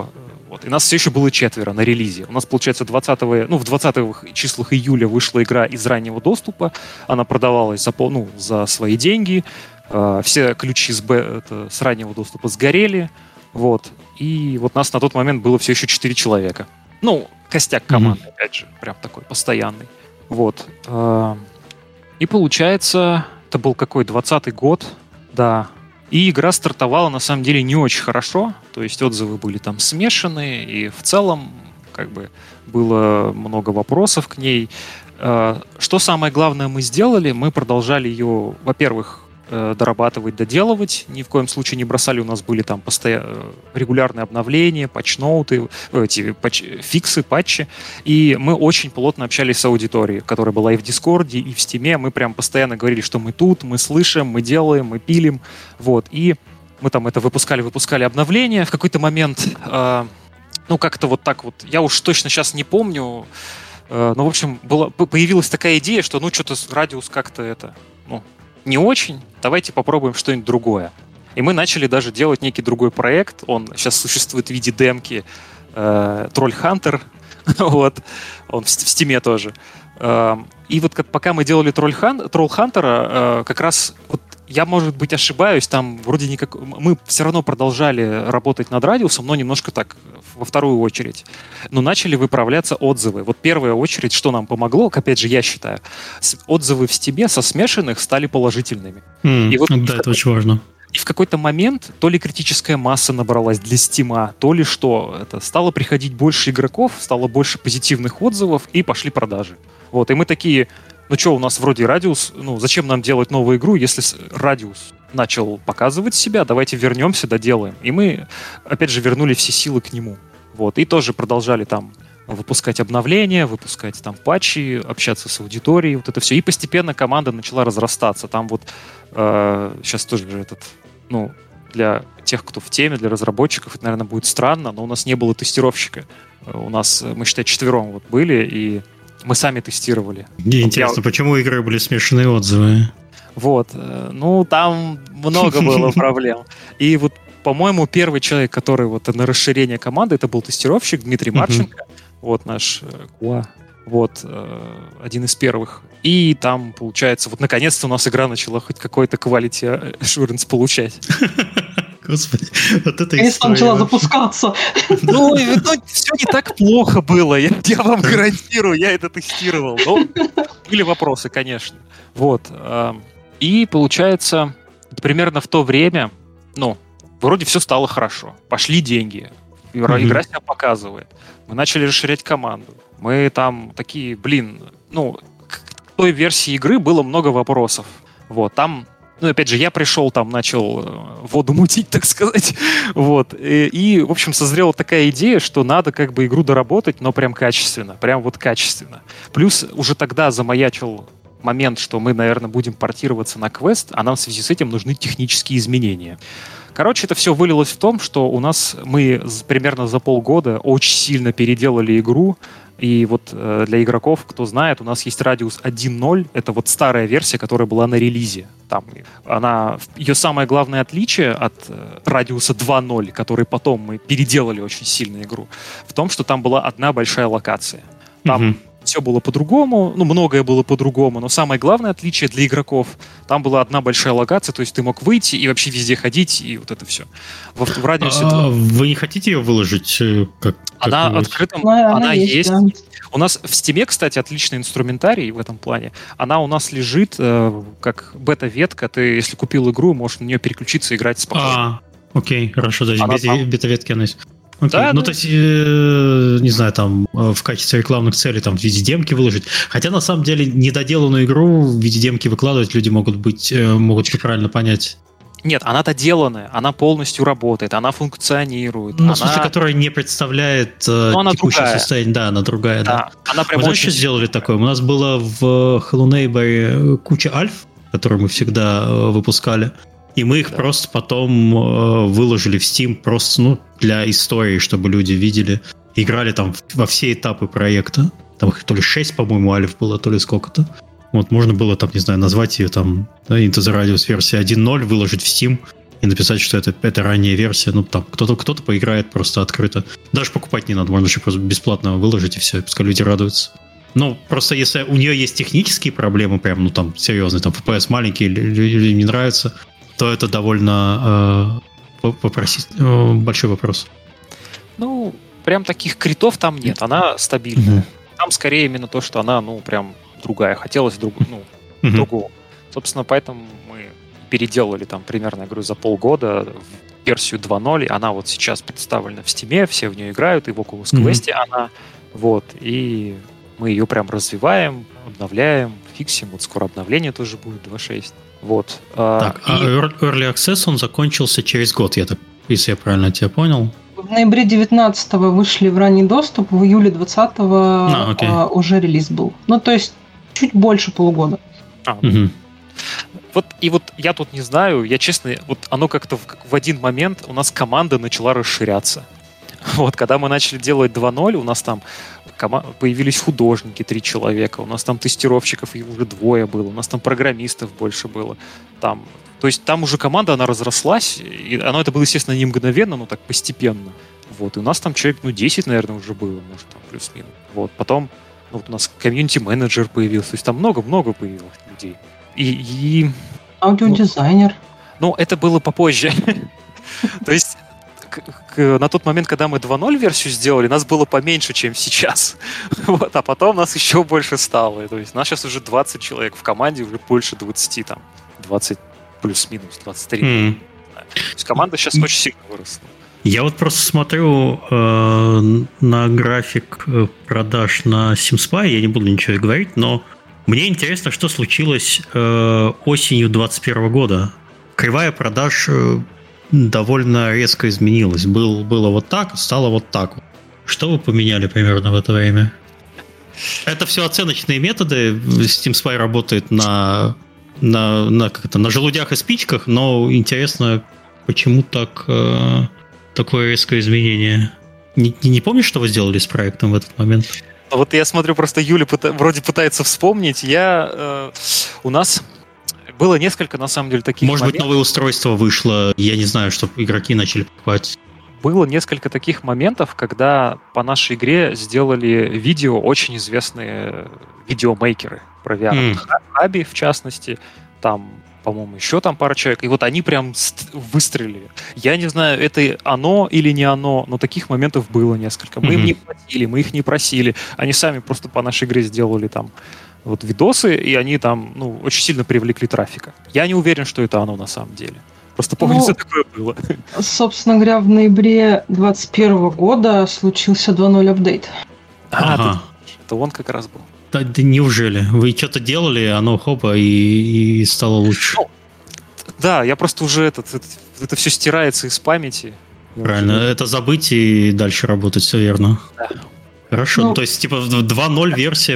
Вот. И нас все еще было четверо на релизе. У нас, получается, двадцатого, ну, в двадцатых числах июля вышла игра из раннего доступа. Она продавалась за, ну, за свои деньги. Э, все ключи с, Б, это, с раннего доступа сгорели. Вот. И вот нас на тот момент было все еще четыре человека. Ну, костяк команды, mm-hmm. опять же, прям такой постоянный. Вот. Э, и получается, это был какой, двадцатый год, да. И игра стартовала, на самом деле, не очень хорошо. То есть отзывы были там смешанные, и в целом как бы было много вопросов к ней. Что самое главное мы сделали? Мы продолжали ее, во-первых, дорабатывать, доделывать. Ни в коем случае не бросали. У нас были там постоянно регулярные обновления, патчноуты, эти патч, фиксы, патчи. И мы очень плотно общались с аудиторией, которая была и в Дискорде, и в Стиме. Мы прям постоянно говорили, что мы тут, мы слышим, мы делаем, мы пилим. Вот. И мы там это выпускали, выпускали обновления. В какой-то момент, э, ну как-то вот так вот, я уж точно сейчас не помню, э, но в общем была, появилась такая идея, что ну что-то радиус как-то это, ну, не очень, давайте попробуем что-нибудь другое. И мы начали даже делать некий другой проект. Он сейчас существует в виде демки. Э, Troll Hunter. Вот. Он в, в Стиме тоже. Э, и вот как, пока мы делали Troll, Хан, Troll Hunter, э, как раз вот, я, может быть, ошибаюсь, там вроде никак... Мы все равно продолжали работать над радиусом, но немножко так, во вторую очередь. Но начали выправляться отзывы. Вот первая очередь, что нам помогло, опять же, я считаю, отзывы в Стиме со смешанных стали положительными. Mm, и вот да, это очень важно. И в какой-то момент то ли критическая масса набралась для Стима, то ли что. Это стало приходить больше игроков, стало больше позитивных отзывов, и пошли продажи. Вот, и мы такие... Ну что, у нас вроде радиус, ну зачем нам делать новую игру, если радиус начал показывать себя, давайте вернемся, доделаем. И мы, опять же, вернули все силы к нему. Вот, и тоже продолжали там выпускать обновления, выпускать там патчи, общаться с аудиторией, вот это все. И постепенно команда начала разрастаться. Там вот э, сейчас тоже этот, ну, для тех, кто в теме, для разработчиков, это, наверное, будет странно, но у нас не было тестировщика. У нас, мы, считай, четвером вот были, и мы сами тестировали. Мне интересно, я... почему у игры были смешанные отзывы? Вот. Ну, там много было проблем. И вот, по-моему, первый человек, который вот на расширение команды, это был тестировщик Дмитрий Марченко. Вот наш Куа. Вот. Один из первых. И там, получается, вот наконец-то у нас игра начала хоть какой-то quality assurance получать. Господи, вот это история. И начала запускаться. Ну, все не так плохо было, я, я вам гарантирую, я это тестировал. Но были вопросы, конечно. Вот. И получается, примерно в то время, ну, вроде все стало хорошо. Пошли деньги. Игра mm-hmm. себя показывает. Мы начали расширять команду. Мы там такие, блин, ну, к той версии игры было много вопросов. Вот, там... Ну, опять же, я пришел, там, начал воду мутить, так сказать. Вот. И, и, в общем, созрела такая идея, что надо как бы игру доработать, но прям качественно. Прям вот качественно. Плюс уже тогда замаячил момент, что мы, наверное, будем портироваться на Quest, а нам в связи с этим нужны технические изменения. Короче, это все вылилось в том, что у нас мы примерно за полгода очень сильно переделали игру. И вот э, для игроков, кто знает, у нас есть радиус один ноль. Это вот старая версия, которая была на релизе. Там она, ее самое главное отличие от э, радиуса два ноль, который потом мы переделали очень сильно игру, в том, что там была одна большая локация. Там mm-hmm. все было по-другому, ну, многое было по-другому, но самое главное отличие для игроков, там была одна большая локация, то есть ты мог выйти и вообще везде ходить, и вот это все. В, в радиусе... А, вы не хотите ее выложить? Как, она открыта, она, она есть. есть. Да. У нас в Steam, кстати, отличный инструментарий в этом плане. Она у нас лежит э, как бета-ветка. Ты, если купил игру, можешь на нее переключиться и играть спокойно. А, окей, хорошо, даже без там... бета-ветки она есть. Okay. Да, ну, да. то есть, э, не знаю, там, в качестве рекламных целей там в виде демки выложить. Хотя, на самом деле, недоделанную игру в виде демки выкладывать люди могут быть, э, могут неправильно понять. Нет, она доделанная, она полностью работает, она функционирует. Ну, она... в смысле, которая не представляет э, текущее другая. состояние. Да, она другая, да. да. Она прям мы, очень... знаешь, что сделали такое? У нас было в Hello Neighbor куча альф, которые мы всегда э, выпускали. И мы их да. просто потом э, выложили в Steam просто, ну, для истории, чтобы люди видели. Играли там во все этапы проекта. Там их то ли шесть, по-моему, альф было, то ли сколько-то. Вот, можно было там, не знаю, назвать ее там да, Into the Radius версия один ноль, выложить в Steam и написать, что это, это ранняя версия. Ну, там, кто-то, кто-то поиграет просто открыто. Даже покупать не надо, можно еще просто бесплатно выложить, и все, и пускай люди радуются. Ну, просто если у нее есть технические проблемы, прям, ну, там, серьезные, там, эф пи эс маленький, или людям не нравится, то это довольно э, попросить, э, большой вопрос. Ну, прям таких критов там нет, она стабильная. Mm-hmm. Там скорее именно то, что она, ну, прям другая. Хотелось друг, ну, mm-hmm. другого. Собственно, поэтому мы переделали там примерно, я говорю, за полгода в версию два ноль. Она вот сейчас представлена в Steam, все в нее играют, и в Oculus Quest mm-hmm. она. Вот, и мы ее прям развиваем, обновляем, фиксим. Вот скоро обновление тоже будет два шесть. Вот. Так, и... а Early Access, он закончился через год, я так, если я правильно тебя понял. В ноябре девятнадцатого вышли в ранний доступ, в июле двадцатого а, а, уже релиз был. Ну, то есть, чуть больше полугода. А, угу. Вот, и вот я тут не знаю, я честно, вот оно как-то в, в один момент у нас команда начала расширяться. Вот, когда мы начали делать два ноль, у нас там появились художники, три человека, у нас там тестировщиков и уже двое было, у нас там программистов больше было. Там, то есть там уже команда, она разрослась, и оно это было, естественно, не мгновенно, но так постепенно. Вот, и у нас там человек, ну, десять, наверное, уже было, может, там плюс-минус. Вот, потом ну, вот у нас комьюнити-менеджер появился, то есть там много-много появилось людей. И... и аудиодизайнер. Ну, это было попозже. То есть К, к, на тот момент, когда мы два ноль версию сделали, нас было поменьше, чем сейчас. Вот, а потом нас еще больше стало. То есть у нас сейчас уже двадцать человек в команде, уже больше двадцать, там, двадцать плюс-минус, двадцать три. Mm. То есть команда сейчас очень сильно выросла. Я вот просто смотрю э, на график продаж на SimSpy, я не буду ничего говорить, но мне интересно, что случилось э, осенью двадцать первого года. Кривая продаж... Э, довольно резко изменилось. Был, было вот так, стало вот так. Что вы поменяли примерно в это время? Это все оценочные методы. Steam Spy работает на, на, на, как это, на желудях и спичках, но интересно, почему так, э, такое резкое изменение? Не, не помнишь, что вы сделали с проектом в этот момент? Вот я смотрю, просто Юля пыта- вроде пытается вспомнить. Я, э, у нас... Было несколько, на самом деле, таких Может моментов. Быть, новое устройство вышло, я не знаю, чтобы игроки начали покупать. Было несколько таких моментов, когда по нашей игре сделали видео очень известные видеомейкеры про ви ар. Mm. Хаби, в частности, там, по-моему, еще там пара человек. И вот они прям выстрелили. Я не знаю, это оно или не оно, но таких моментов было несколько. Мы mm-hmm. им не платили, мы их не просили. Они сами просто по нашей игре сделали там вот видосы, и они там, ну, очень сильно привлекли трафика. Я не уверен, что это оно на самом деле. Просто помню, ну, что такое было. Собственно говоря, в ноябре двадцать первого года случился два ноль апдейт. А, ага. это, это он как раз был. Да, да неужели? Вы что-то делали, оно хопа, и, и стало лучше. Ну, да, я просто уже этот, это, это все стирается из памяти. Правильно, уже... это забыть и дальше работать, все верно. Да. Хорошо, ну, то есть, типа, два ноль версия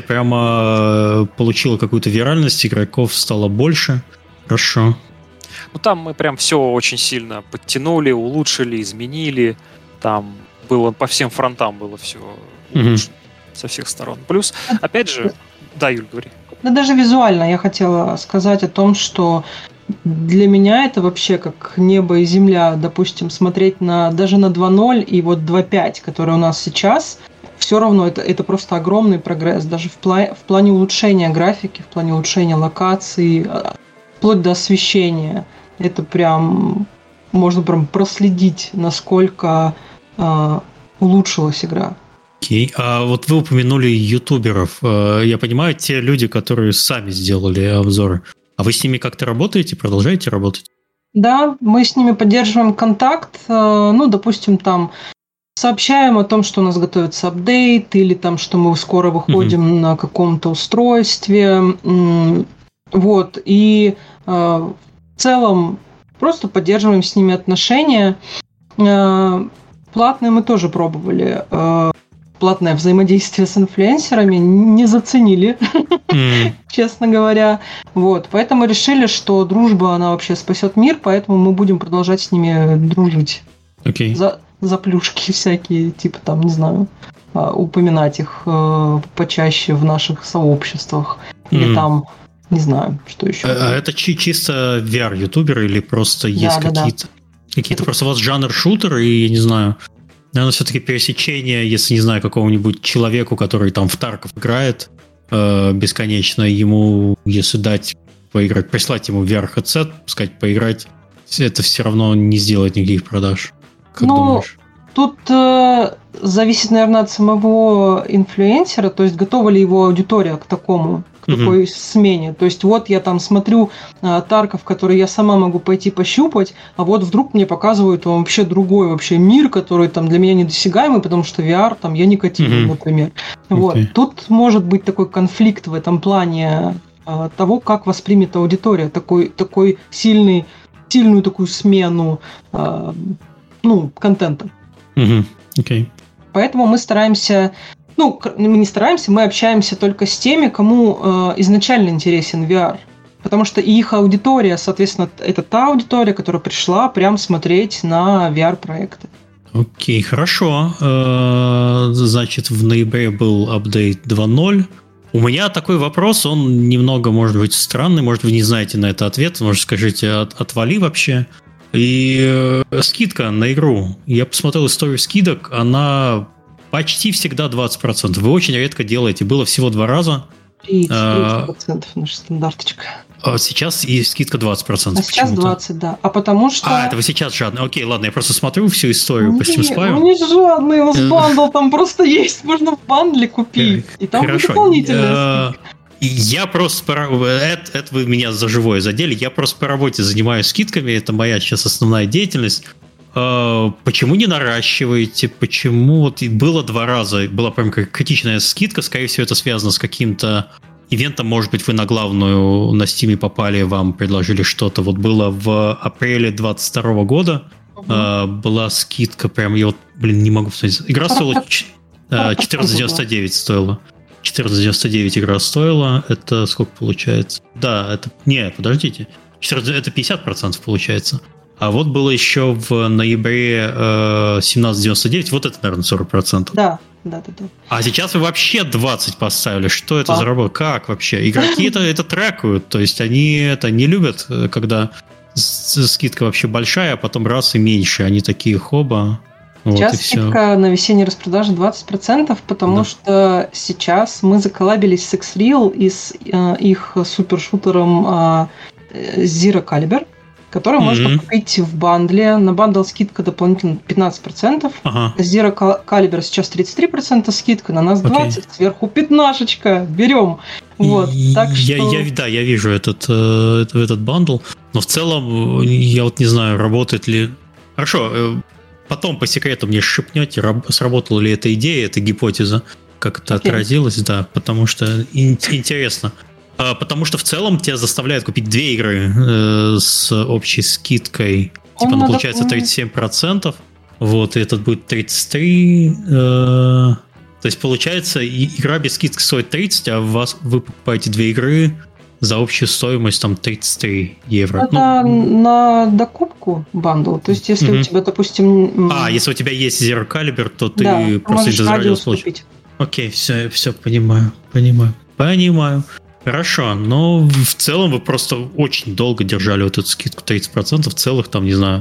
прямо получила какую-то виральность, игроков стало больше. Хорошо. Ну, там мы прям все очень сильно подтянули, улучшили, изменили. Там было по всем фронтам было все улучшено угу. со всех сторон. Плюс, опять же, да, Юль, говори. Да даже визуально я хотела сказать о том, что для меня это вообще как небо и земля, допустим, смотреть на даже на два ноль и вот два пять, который у нас сейчас... Все равно это, это просто огромный прогресс, даже в, пла- в плане улучшения графики, в плане улучшения локаций, вплоть до освещения. Это прям, можно прям проследить, насколько э, улучшилась игра. Окей, okay. А вот вы упомянули ютуберов. Я понимаю, те люди, которые сами сделали обзоры. А вы с ними как-то работаете, продолжаете работать? Да, мы с ними поддерживаем контакт. Ну, допустим, там... Сообщаем о том, что у нас готовится апдейт, или там, что мы скоро выходим mm-hmm. на каком-то устройстве. Вот. И э, в целом просто поддерживаем с ними отношения. Э, платные мы тоже пробовали. Э, платное взаимодействие с инфлюенсерами не заценили, mm-hmm. честно говоря. Вот. Поэтому решили, что дружба, она вообще спасет мир, поэтому мы будем продолжать с ними дружить. Okay. За, за плюшки всякие, типа там, не знаю, упоминать их почаще в наших сообществах. Mm-hmm. Или там Не знаю, что еще. А это чи- чисто ви ар-ютуберы или просто есть да, какие-то... Да, да. Какие-то это... просто у вас жанр шутер, и, я не знаю, наверное, все-таки пересечение, если, не знаю, какому-нибудь человеку, который там в Тарков играет э, бесконечно, ему, если дать поиграть, прислать ему ви ар-хедсет, сказать поиграть, это все равно не сделает никаких продаж. Как ну, думаешь? Тут э, зависит, наверное, от самого инфлюенсера, то есть готова ли его аудитория к такому, к mm-hmm. такой смене. То есть вот я там смотрю э, Тарков, который я сама могу пойти пощупать, а вот вдруг мне показывают вообще другой вообще мир, который там для меня недосягаемый, потому что ви ар там я не катила, mm-hmm. например. Okay. Вот. Тут может быть такой конфликт в этом плане э, того, как воспримет аудитория такой, такой сильный, сильную такую смену э, ну, контента. Угу, окей. Поэтому мы стараемся, ну, мы не стараемся, мы общаемся только с теми, кому э, изначально интересен ви ар. Потому что их аудитория, соответственно, это та аудитория, которая пришла прям смотреть на ви ар-проекты. Окей, хорошо. Значит, в ноябре был апдейт два ноль. У меня такой вопрос, он немного, может быть, странный, может, вы не знаете на это ответ, может, скажите, от, отвали вообще. И э, скидка на игру. Я посмотрел историю скидок, она почти всегда двадцать процентов. Вы очень редко делаете. Было всего два раза. тридцать процентов наша стандарточка. А сейчас и скидка двадцать процентов. А сейчас двадцать процентов, да. А потому что... А, это вы сейчас жадные. Окей, ладно, я просто смотрю всю историю не, по Steam Spy. Мы не жадные, у нас бандл там просто есть. Можно в бандле купить. И там дополнительная скидка. Я просто... Это, это вы меня за живое задели. Я просто по работе занимаюсь скидками. Это моя сейчас основная деятельность. Почему не наращиваете? Почему вот было два раза, была прям критичная скидка? Скорее всего, это связано с каким-то ивентом. Может быть, вы на главную на Steam попали, вам предложили что-то. Вот было в апреле двадцать второго года. Uh-huh. Была скидка. Прям я вот, блин, не могу посмотреть. Игра стоила четырнадцать девяносто девять стоила. четырнадцать девяносто девять игра стоила. Это сколько получается? Да, это... Не, подождите. Это пятьдесят процентов получается. А вот было еще в ноябре э, семнадцать девяносто девять. Вот это, наверное, сорок процентов. Да, да, да, да. А сейчас вы вообще двадцать поставили. Что это а? за работа? Как вообще? Игроки это, это трекают. То есть они это не любят, когда скидка вообще большая, а потом раз и меньше. Они такие хоба. Сейчас вот скидка все. На весенней распродаже двадцать процентов, потому да. что сейчас мы заколлабились с X-Real и с э, их супершутером э, Zero Caliber, который mm-hmm. можно купить в бандле. На бандл скидка дополнительно пятнадцать процентов. Ага. Zero Caliber сейчас тридцать три процента скидка, на нас двадцать процентов, okay. сверху пятнашечка. Берем. Вот, так я, что... я, да, я вижу этот, э, этот бандл, но в целом я вот не знаю, работает ли... Хорошо, э, потом по секрету мне шепнете, раб... сработала ли эта идея, эта гипотеза, как это okay. отразилось, да, потому что ин- интересно. А, потому что в целом тебя заставляют купить две игры э, с общей скидкой. Он типа, ну, получается тридцать семь процентов. Вот, и этот будет тридцать три процента. Э, то есть, получается, игра без скидки стоит тридцать, а вас, вы покупаете две игры за общую стоимость там тридцать три евро. Это ну, на докупку бандл. То есть, если угу. у тебя, допустим... А, если у тебя есть Zero Caliber, то ты да, просто из радиус получишь. Окей, все, все, понимаю, понимаю, понимаю. Хорошо, но в целом вы просто очень долго держали вот эту скидку тридцать процентов, целых там, не знаю,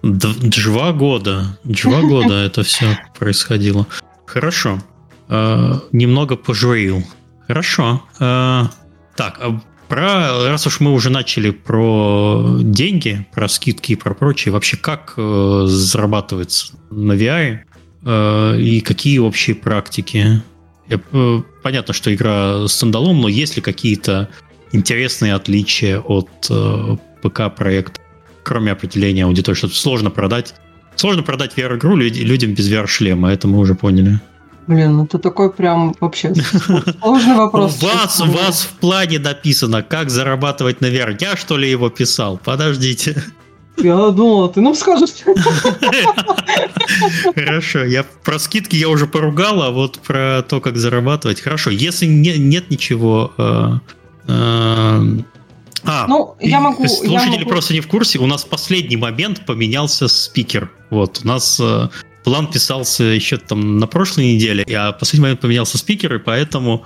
два года. Два года это все происходило. Хорошо. Uh, немного пожурил. Хорошо. Uh, так, про, раз уж мы уже начали про деньги, про скидки и про прочее, вообще как uh, зарабатывается на ви ар uh, и какие общие практики? Uh, понятно, что игра стендалон, но есть ли какие-то интересные отличия от uh, ПК-проекта, кроме определения аудитории, что сложно продать? Сложно продать ви ар-игру людям без ви ар-шлема, это мы уже поняли. Блин, это такой прям вообще сложный вопрос. У вас, у вас в плане написано, как зарабатывать на ви ар. Я, что ли, его писал? Подождите. Я думал, ты нам скажешь. Хорошо, я про скидки я уже поругал, а вот про то, как зарабатывать. Хорошо, если не, нет ничего... Э, э, а, ну, я могу, слушатели я могу... просто не в курсе, у нас в последний момент поменялся спикер. Вот, у нас... Э, план писался еще там на прошлой неделе, а в последний момент поменялся спикер, и поэтому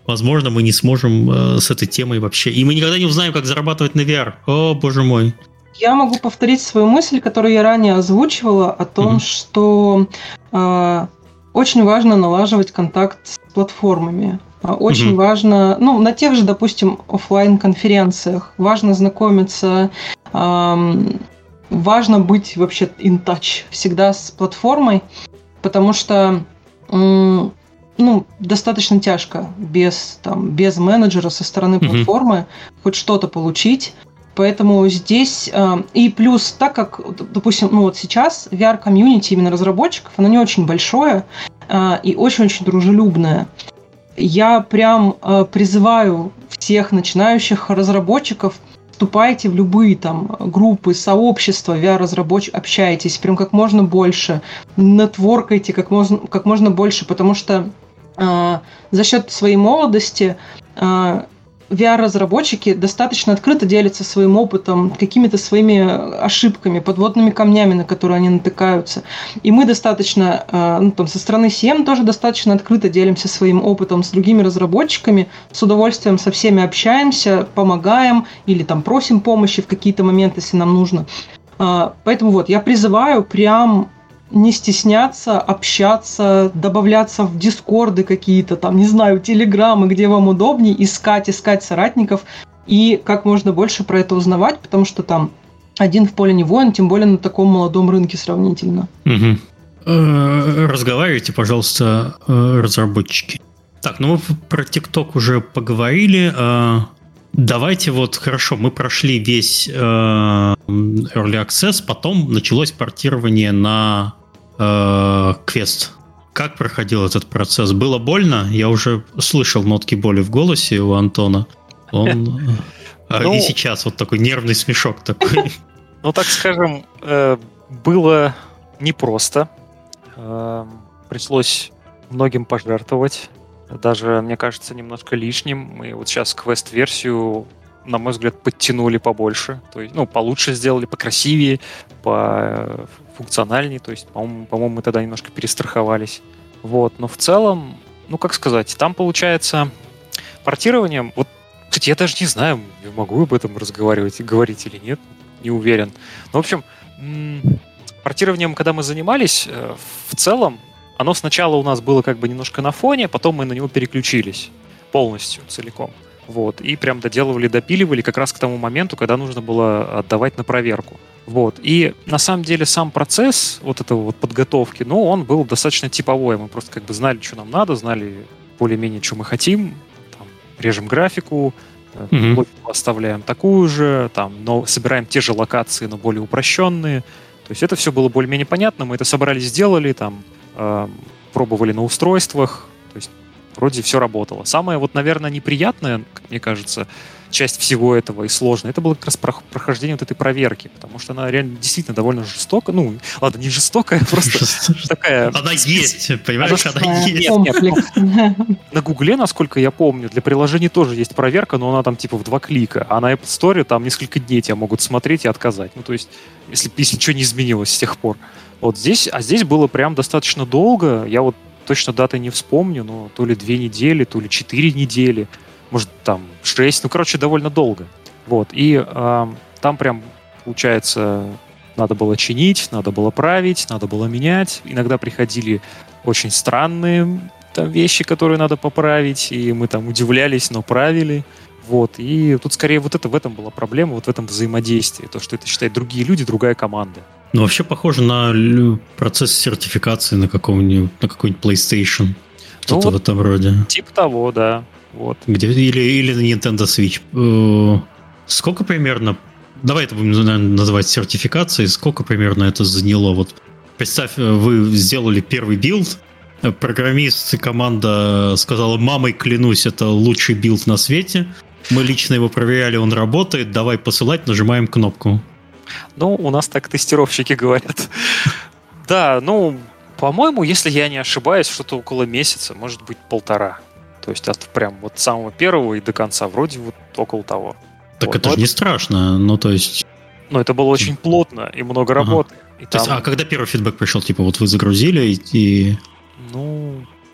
возможно, мы не сможем э, с этой темой вообще... И мы никогда не узнаем, как зарабатывать на ви ар. О, боже мой. Я могу повторить свою мысль, которую я ранее озвучивала, о том, mm-hmm. что э, очень важно налаживать контакт с платформами. Очень mm-hmm. важно, ну, на тех же, допустим, офлайн-конференциях, важно знакомиться, э, важно быть вообще in touch всегда с платформой, потому что э, ну, достаточно тяжко без, там, без менеджера со стороны mm-hmm. платформы хоть что-то получить. Поэтому здесь... Э, и плюс, так как, допустим, ну вот сейчас ви ар-комьюнити именно разработчиков, оно не очень большое э, и очень-очень дружелюбное. Я прям э, призываю всех начинающих разработчиков, вступайте в любые там группы, сообщества ви ар-разработчиков, общайтесь прям как можно больше, нетворкайте как можно, как можно больше, потому что э, за счет своей молодости э, ви ар-разработчики достаточно открыто делятся своим опытом, какими-то своими ошибками, подводными камнями, на которые они натыкаются. И мы достаточно, ну, там, со стороны си эм тоже достаточно открыто делимся своим опытом с другими разработчиками, с удовольствием со всеми общаемся, помогаем или там просим помощи в какие-то моменты, если нам нужно. Поэтому вот, я призываю прям не стесняться, общаться, добавляться в дискорды какие-то, там, не знаю, телеграммы, где вам удобнее, искать, искать соратников и как можно больше про это узнавать, потому что там один в поле не воин, тем более на таком молодом рынке сравнительно. Угу. Разговаривайте, пожалуйста, разработчики. Так, ну мы про TikTok уже поговорили. Давайте вот, хорошо, мы прошли весь Early Access, потом началось портирование на Quest. Как проходил этот процесс? Было больно? Я уже слышал нотки боли в голосе у Антона. Он... Ну, и сейчас вот такой нервный смешок такой. Ну, так скажем, было непросто. Пришлось многим пожертвовать. Даже, мне кажется, немножко лишним. Мы вот сейчас Quest-версию, на мой взгляд, подтянули побольше. То есть, ну, получше сделали, покрасивее, пофункциональнее. То есть, по-моему, по-моему, мы тогда немножко перестраховались. Вот. Но в целом, ну, как сказать, там получается портированием... Вот, кстати, я даже не знаю, могу об этом разговаривать, говорить или нет. Не уверен. Но, в общем, портированием, когда мы занимались, в целом, оно сначала у нас было как бы немножко на фоне, потом мы на него переключились полностью, целиком. Вот. И прям доделывали, допиливали как раз к тому моменту, когда нужно было отдавать на проверку. Вот. И на самом деле сам процесс вот этого вот подготовки, ну, он был достаточно типовой. Мы просто как бы знали, что нам надо, знали более-менее, что мы хотим. Там, режем графику, mm-hmm. логику оставляем такую же, там, но собираем те же локации, но более упрощенные. То есть это все было более-менее понятно. Мы это собрали, сделали, там, пробовали на устройствах, то есть вроде все работало. Самое вот, наверное, неприятное, как мне кажется, часть всего этого и сложная, это было как раз прохождение вот этой проверки, потому что она реально действительно довольно жестокая. Ну, ладно, не жестокая, просто такая... Она есть, понимаешь, она есть. На Гугле, насколько я помню, для приложений тоже есть проверка, но она там типа в два клика, а на Apple Store там несколько дней тебя могут смотреть и отказать. Ну, то есть, если, если ничего не изменилось с тех пор. Вот здесь, а здесь было прям достаточно долго. Я вот точно даты не вспомню, но то ли две недели, то ли четыре недели, может там шесть, ну, короче, довольно долго. Вот, и э, там прям, получается, надо было чинить, надо было править, надо было менять. Иногда приходили очень странные там вещи, которые надо поправить, и мы там удивлялись, но правили. Вот, и тут скорее вот это в этом была проблема, вот в этом взаимодействии, то, что это считают другие люди, другая команда. Ну, вообще похоже на процесс сертификации на каком-нибудь, на какой-нибудь PlayStation. Что-то ну, вот в этом роде. Типа того, да. Вот. Где, или, или на Nintendo Switch. Сколько примерно... Давай это будем, наверное, называть сертификацией. Сколько примерно это заняло? Вот представь, вы сделали первый билд, программист и команда сказала: мамой клянусь, это лучший билд на свете. Мы лично его проверяли, он работает, давай посылать, нажимаем кнопку. Ну, у нас так тестировщики говорят. Да, ну, по-моему, если я не ошибаюсь, что-то около месяца, может быть, полтора. То есть от прям вот самого первого и до конца, вроде вот около того. Так вот. это же не страшно, ну, то есть... Ну, это было очень плотно и много работы. Ага. И то там... есть, а когда первый фидбэк пришел, типа, вот вы загрузили и... Ну,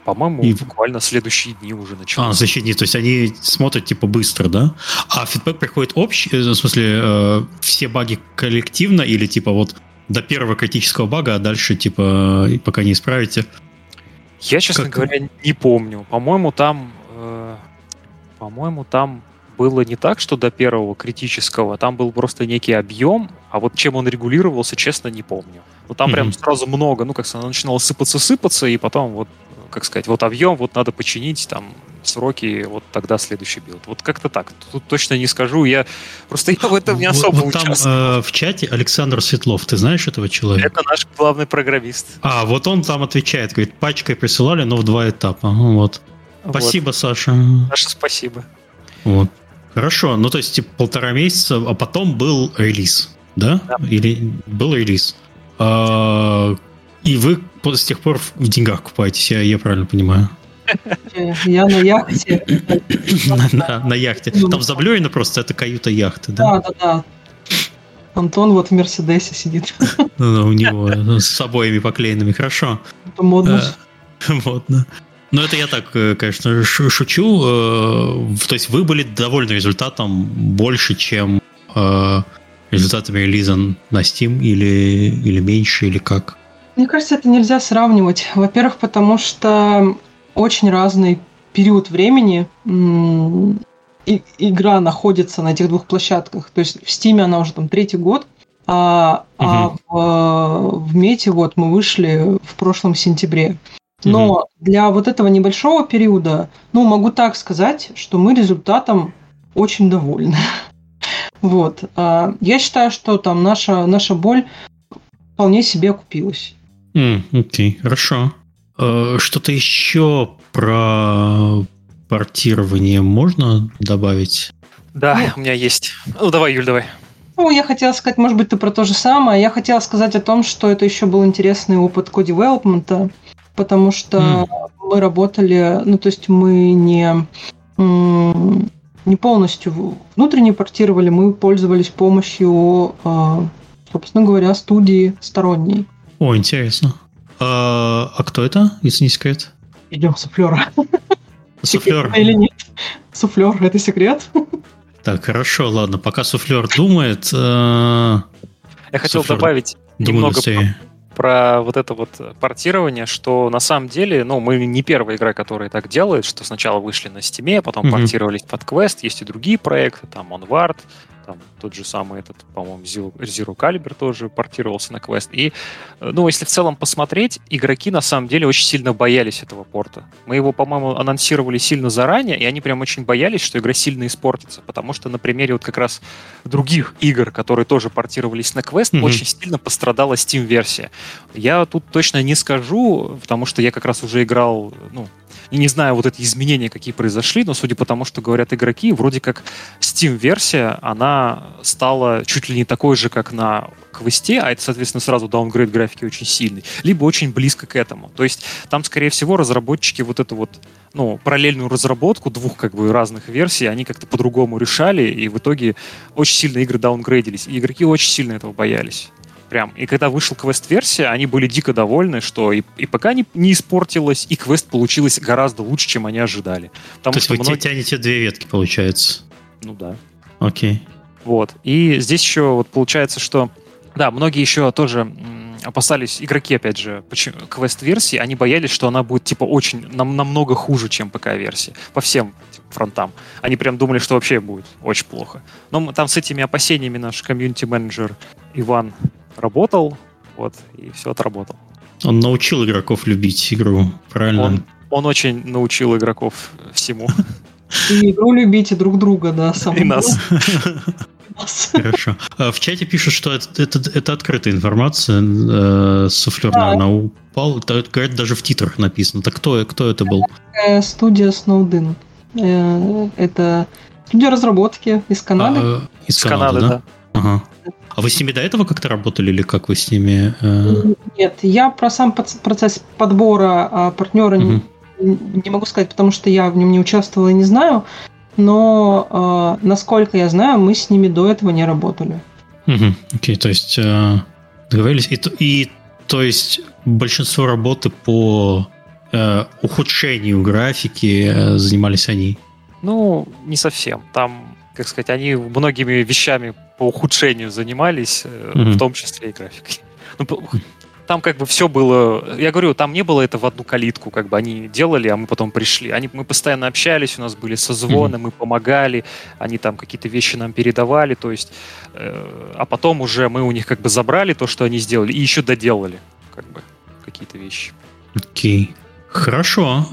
По-моему, И- буквально следующие дни уже А, началось. защитить, то есть они смотрят типа быстро, да? А фидбэк приходит общий, э, в смысле, э, все баги коллективно или типа вот до первого критического бага, а дальше типа э, пока не исправите? Я, честно Как- говоря, не помню. По-моему, там, э, по-моему, там было не так, что до первого критического, там был просто некий объем, а вот чем он регулировался, честно, не помню. Ну там прям Мгм. сразу много, ну как сказать, оно начинало сыпаться-сыпаться, и потом вот, как сказать, вот объем, вот надо починить, там, сроки, вот тогда следующий билд. Вот как-то так. Тут точно не скажу, я просто я в этом не Вот- особо вот там участвую. э, в чате Александр Светлов, ты знаешь этого человека? Это наш главный программист. А, вот он там отвечает, говорит, пачкой присылали, но в два этапа. Ну, вот. Спасибо, Саша. Вот. Саша, спасибо. Вот. Хорошо, ну то есть типа полтора месяца, а потом был релиз, да? Да. Или был релиз. А, и вы с тех пор в деньгах купаетесь, я, я правильно понимаю? Я на яхте. на, на- на яхте. Там заблюрено просто, это каюта яхты, да? Да, да, да. Антон вот в Мерседесе сидит. Ну, у него с обоями поклеенными, хорошо. Это модно. Э, Модно. Но это я так, э, конечно, шу- шучу. э, То есть вы были довольны результатом больше, чем э, результатами релиза на Steam или, или меньше, или как? Мне кажется, это нельзя сравнивать. Во-первых, потому что очень разный период времени м, и- игра находится на этих двух площадках. То есть в Steam она уже там третий год, а, а Мгм. в, в Мете вот мы вышли в прошлом сентябре. Но для вот этого небольшого периода, ну, могу так сказать, что мы результатом очень довольны. Вот. А, Я считаю, что там наша, наша боль вполне себе окупилась. М, Окей, хорошо. Э, Что-то еще про портирование можно добавить? Да, у меня есть. Ну, давай, Юль, давай. Ну, я хотела сказать, может быть, ты про то же самое. Я хотела сказать о том, что это еще был интересный опыт ко-девелопмента, потому что М. мы работали, ну, то есть мы не, м, не полностью внутренне портировали, мы пользовались помощью, а, собственно говоря, студии сторонней. О, интересно. А, а кто это, если не секрет? Идем суфлера. Суфлер. Или нет? Суфлер, это секрет? Так, хорошо, ладно. Пока суфлер думает, э, Я хотел Суфлер, добавить думаю немного быстрее. про вот это вот портирование, что на самом деле, ну, мы не первая игра, которая так делает, что сначала вышли на Steam, потом Мгм. портировались под Quest, есть и другие проекты, там Onward, там тот же самый этот, по-моему, Zero, Zero Calibur тоже портировался на Quest. И, э, ну, если в целом посмотреть, игроки на самом деле очень сильно боялись этого порта. Мы его, по-моему, анонсировали сильно заранее, и они прям очень боялись, что игра сильно испортится, потому что на примере вот как раз других игр, которые тоже портировались на Quest, Мгм. очень сильно пострадала Steam-версия. Я тут точно не скажу, потому что я как раз уже играл, ну, и не знаю вот эти изменения, какие произошли, но судя по тому, что говорят игроки, вроде как Steam-версия, она стала чуть ли не такой же, как на квесте, а это, соответственно, сразу даунгрейд графики очень сильный, либо очень близко к этому. То есть там, скорее всего, разработчики вот эту вот, ну, параллельную разработку двух как бы разных версий, они как-то по-другому решали, и в итоге очень сильно игры даунгрейдились, и игроки очень сильно этого боялись. Прям. И когда вышел квест-версия, они были дико довольны, что и, и ПК не, не испортилось, и квест получилось гораздо лучше, чем они ожидали. Потому То есть что вы многие... тянете две ветки, получается. Ну да. Окей. Вот. И здесь еще вот получается, что да, многие еще тоже м, опасались, игроки, опять же, почему- квест-версии, они боялись, что она будет типа очень, нам, намного хуже, чем ПК-версия. По всем типа, фронтам. Они прям думали, что вообще будет очень плохо. Но мы- там с этими опасениями наш комьюнити-менеджер Иван работал, вот, и все отработал. Он научил игроков любить игру, правильно? Он, он очень научил игроков всему. И игру любите друг друга, да, самое И нас. нас. Хорошо. А в чате пишут, что это, это, это открытая информация. Э, Суфлер, Да. наверное, упал. Это, говорят, даже в титрах написано. Так кто, кто это был? Э, Студия Snowden. Э, Это студия разработки из Канады. А, из С Канады, Канады, да? да. Ага. А вы с ними до этого как-то работали или как вы с ними? э, Нет, я про сам поц- процесс подбора а, партнера не, Мгм. не могу сказать, потому что я в нем не участвовала и не знаю. Но, а, насколько я знаю, мы с ними до этого не работали. Мгм. Окей, то есть э, договорились. И, то- и то есть большинство работы по э, ухудшению графики э, занимались они? Ну, не совсем. Там, как сказать, они многими вещами по ухудшению занимались, э, mm-hmm. в том числе и графикой. Ну, там как бы все было... Я говорю, там не было это в одну калитку, как бы они делали, а мы потом пришли. Они, мы постоянно общались, у нас были созвоны, mm-hmm. мы помогали, они там какие-то вещи нам передавали, то есть... Э, а потом уже мы у них как бы забрали то, что они сделали, и еще доделали как бы какие-то вещи. Окей. Okay. Хорошо.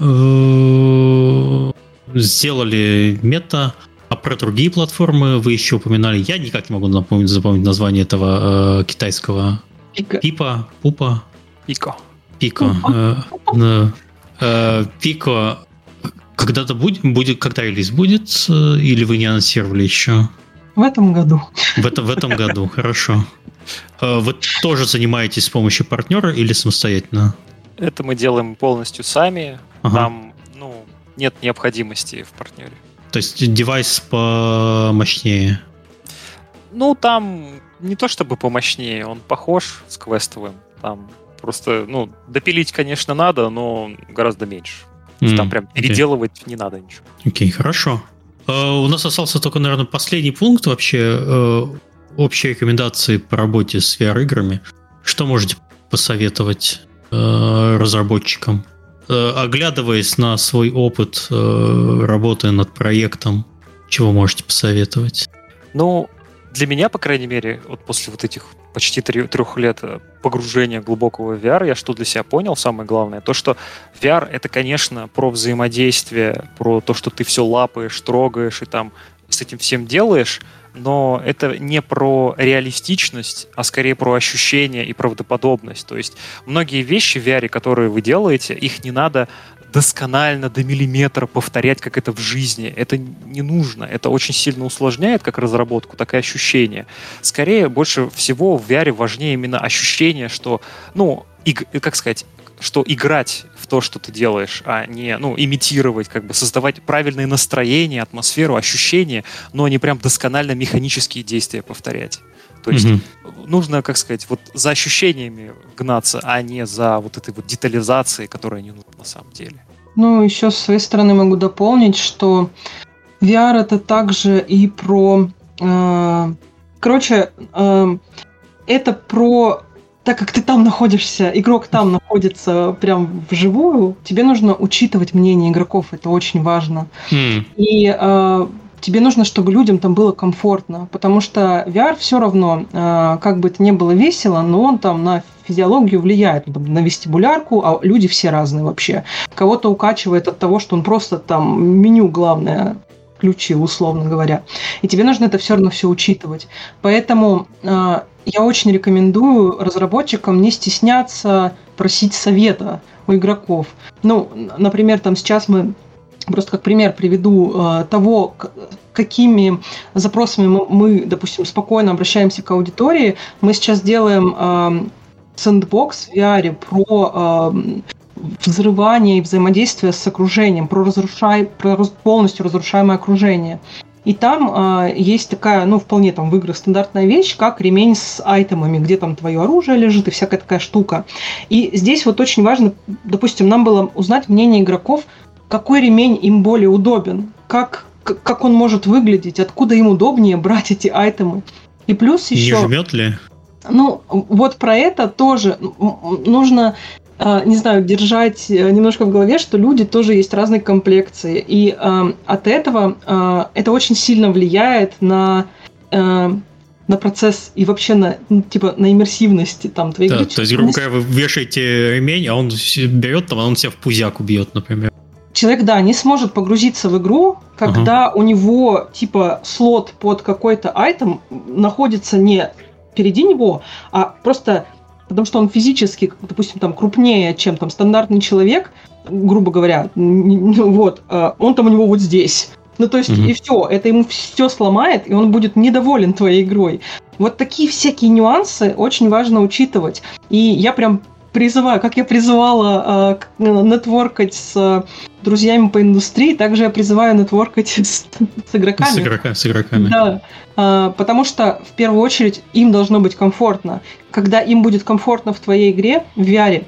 Сделали мета. А про другие платформы вы еще упоминали. Я никак не могу напомнить, запомнить название этого э, китайского... Пика. Пипа, Пупа, Пико. Пико. Э, э, э, Пико. Когда-то будет, будет, когда релиз будет, э, или вы не анонсировали еще? В этом году. В, это, в этом году, хорошо. Э, вы тоже занимаетесь с помощью партнера или самостоятельно? Это мы делаем полностью сами. Ага. Там, ну, нет необходимости в партнере. То есть девайс помощнее? Ну, там не то чтобы помощнее, он похож с квестовым. Там просто, ну, допилить, конечно, надо, но гораздо меньше. Mm, там прям переделывать okay. не надо ничего. Окей, okay, хорошо. Uh, у нас остался только, наверное, последний пункт вообще. Uh, общие рекомендации по работе с ви ар-играми. Что можете посоветовать uh, разработчикам? Uh, оглядываясь на свой опыт uh, работы над проектом, чего можете посоветовать? Ну, для меня, по крайней мере, вот после вот этих почти трех лет погружения глубокого в ви ар, я что для себя понял, самое главное, то, что ви ар — это, конечно, про взаимодействие, про то, что ты все лапаешь, трогаешь и там с этим всем делаешь, но это не про реалистичность, а скорее про ощущение и правдоподобность. То есть многие вещи в ви ар, которые вы делаете, их не надо досконально до миллиметра повторять, как это в жизни. Это не нужно. Это очень сильно усложняет как разработку, так и ощущение. Скорее, больше всего в ви ар важнее именно ощущение, что, ну, иг- как сказать, что играть в то, что ты делаешь, а не, ну, имитировать, как бы создавать правильное настроение, атмосферу, ощущения, но не прям досконально механические действия повторять. То есть mm-hmm. нужно, как сказать, вот за ощущениями гнаться, а не за вот этой вот детализацией, которая не нужна на самом деле. Ну, еще с своей стороны могу дополнить, что ви ар это также и про... Э, короче, э, это про... Так как ты там находишься, игрок там находится прям вживую, тебе нужно учитывать мнение игроков, это очень важно. Mm. И... Э, тебе нужно, чтобы людям там было комфортно, потому что ви ар все равно, как бы это ни было весело, но он там на физиологию влияет, на вестибулярку, а люди все разные вообще. Кого-то укачивает от того, что он просто там меню главное включил, условно говоря. И тебе нужно это все равно все учитывать. Поэтому я очень рекомендую разработчикам не стесняться просить совета у игроков. Ну, например, там сейчас мы... Просто как пример приведу э, того, к- какими запросами мы, мы, допустим, спокойно обращаемся к аудитории. Мы сейчас делаем э, сэндбокс в ви ар про э, взрывание и взаимодействие с окружением, про, разрушай, про раз, полностью разрушаемое окружение. И там э, есть такая, ну, вполне там в играх стандартная вещь, как ремень с айтемами, где там твое оружие лежит и всякая такая штука. И здесь вот очень важно, допустим, нам было узнать мнение игроков, какой ремень им более удобен, как, как он может выглядеть, откуда им удобнее брать эти айтемы. И плюс еще... Не жмет ли? Ну, вот про это тоже нужно, не знаю, держать немножко в голове, что люди тоже есть разные комплекции. И э, от этого э, это очень сильно влияет на... Э, на процесс и вообще на, ну, типа, на иммерсивность там твоей да, игры. То есть, грубо говоря, вы вешаете ремень, а он берет там, а он себя в пузяк убьет, например. Человек, да, не сможет погрузиться в игру, когда uh-huh. у него, типа, слот под какой-то айтем находится не впереди него, а просто потому что он физически, допустим, там крупнее, чем там стандартный человек, грубо говоря, вот, он там у него вот здесь. Ну, то есть, uh-huh. и все, это ему все сломает, и он будет недоволен твоей игрой. Вот такие всякие нюансы очень важно учитывать. И я прям призываю, как я призывала э, нетворкать с э, друзьями по индустрии, также я призываю нетворкать с, с игроками. С, игрока, с игроками. Да, э, потому что в первую очередь им должно быть комфортно. Когда им будет комфортно в твоей игре, в ви ар,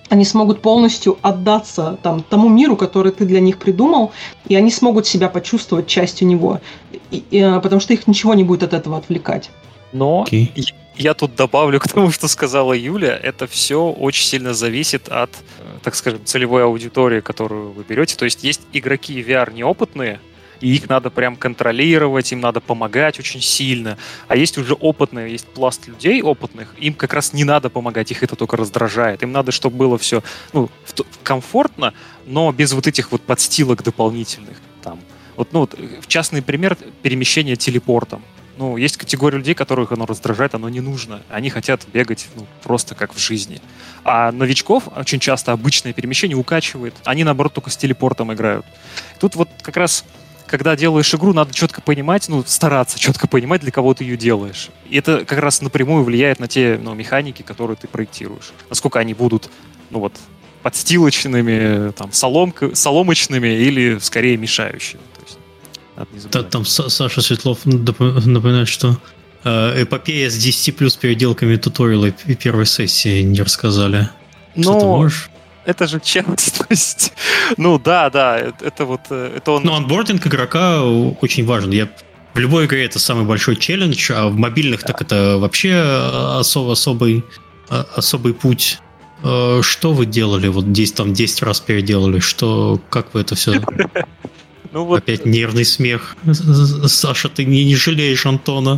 они смогут полностью отдаться там, тому миру, который ты для них придумал, и они смогут себя почувствовать частью него, и, и, потому что их ничего не будет от этого отвлекать. Но okay. я, я тут добавлю к тому, что сказала Юля, это все очень сильно зависит от, так скажем, целевой аудитории, которую вы берете. То есть есть игроки ви ар неопытные, и их надо прям контролировать, им надо помогать очень сильно. А есть уже опытные, есть пласт людей опытных, им как раз не надо помогать, их это только раздражает. Им надо, чтобы было все ну, комфортно, но без вот этих вот подстилок дополнительных. Там. Вот, ну, вот, частный пример перемещения телепортом. Ну, есть категория людей, которых оно раздражает, оно не нужно. Они хотят бегать ну, просто как в жизни. А новичков очень часто обычное перемещение укачивает. Они, наоборот, только с телепортом играют. Тут вот как раз, когда делаешь игру, надо четко понимать, ну, стараться четко понимать, для кого ты ее делаешь. И это как раз напрямую влияет на те ну, механики, которые ты проектируешь. Насколько они будут, ну вот, подстилочными, там, соломка, соломочными или, скорее, мешающими. Да, там Саша Светлов напоминает, что э, эпопея с десять плюс переделками туториала и первой сессии не рассказали. Но что ты можешь? Это же честность. Ну да, да, это вот это он. Ну, онбординг игрока очень важен. Я в любой игре это самый большой челлендж, а в мобильных да. так это вообще особо, особый особый путь. Что вы делали? Вот десять, там десять раз переделали. Что, как вы это все? Ну, вот... Опять нервный смех. Саша, ты не, не жалеешь Антона.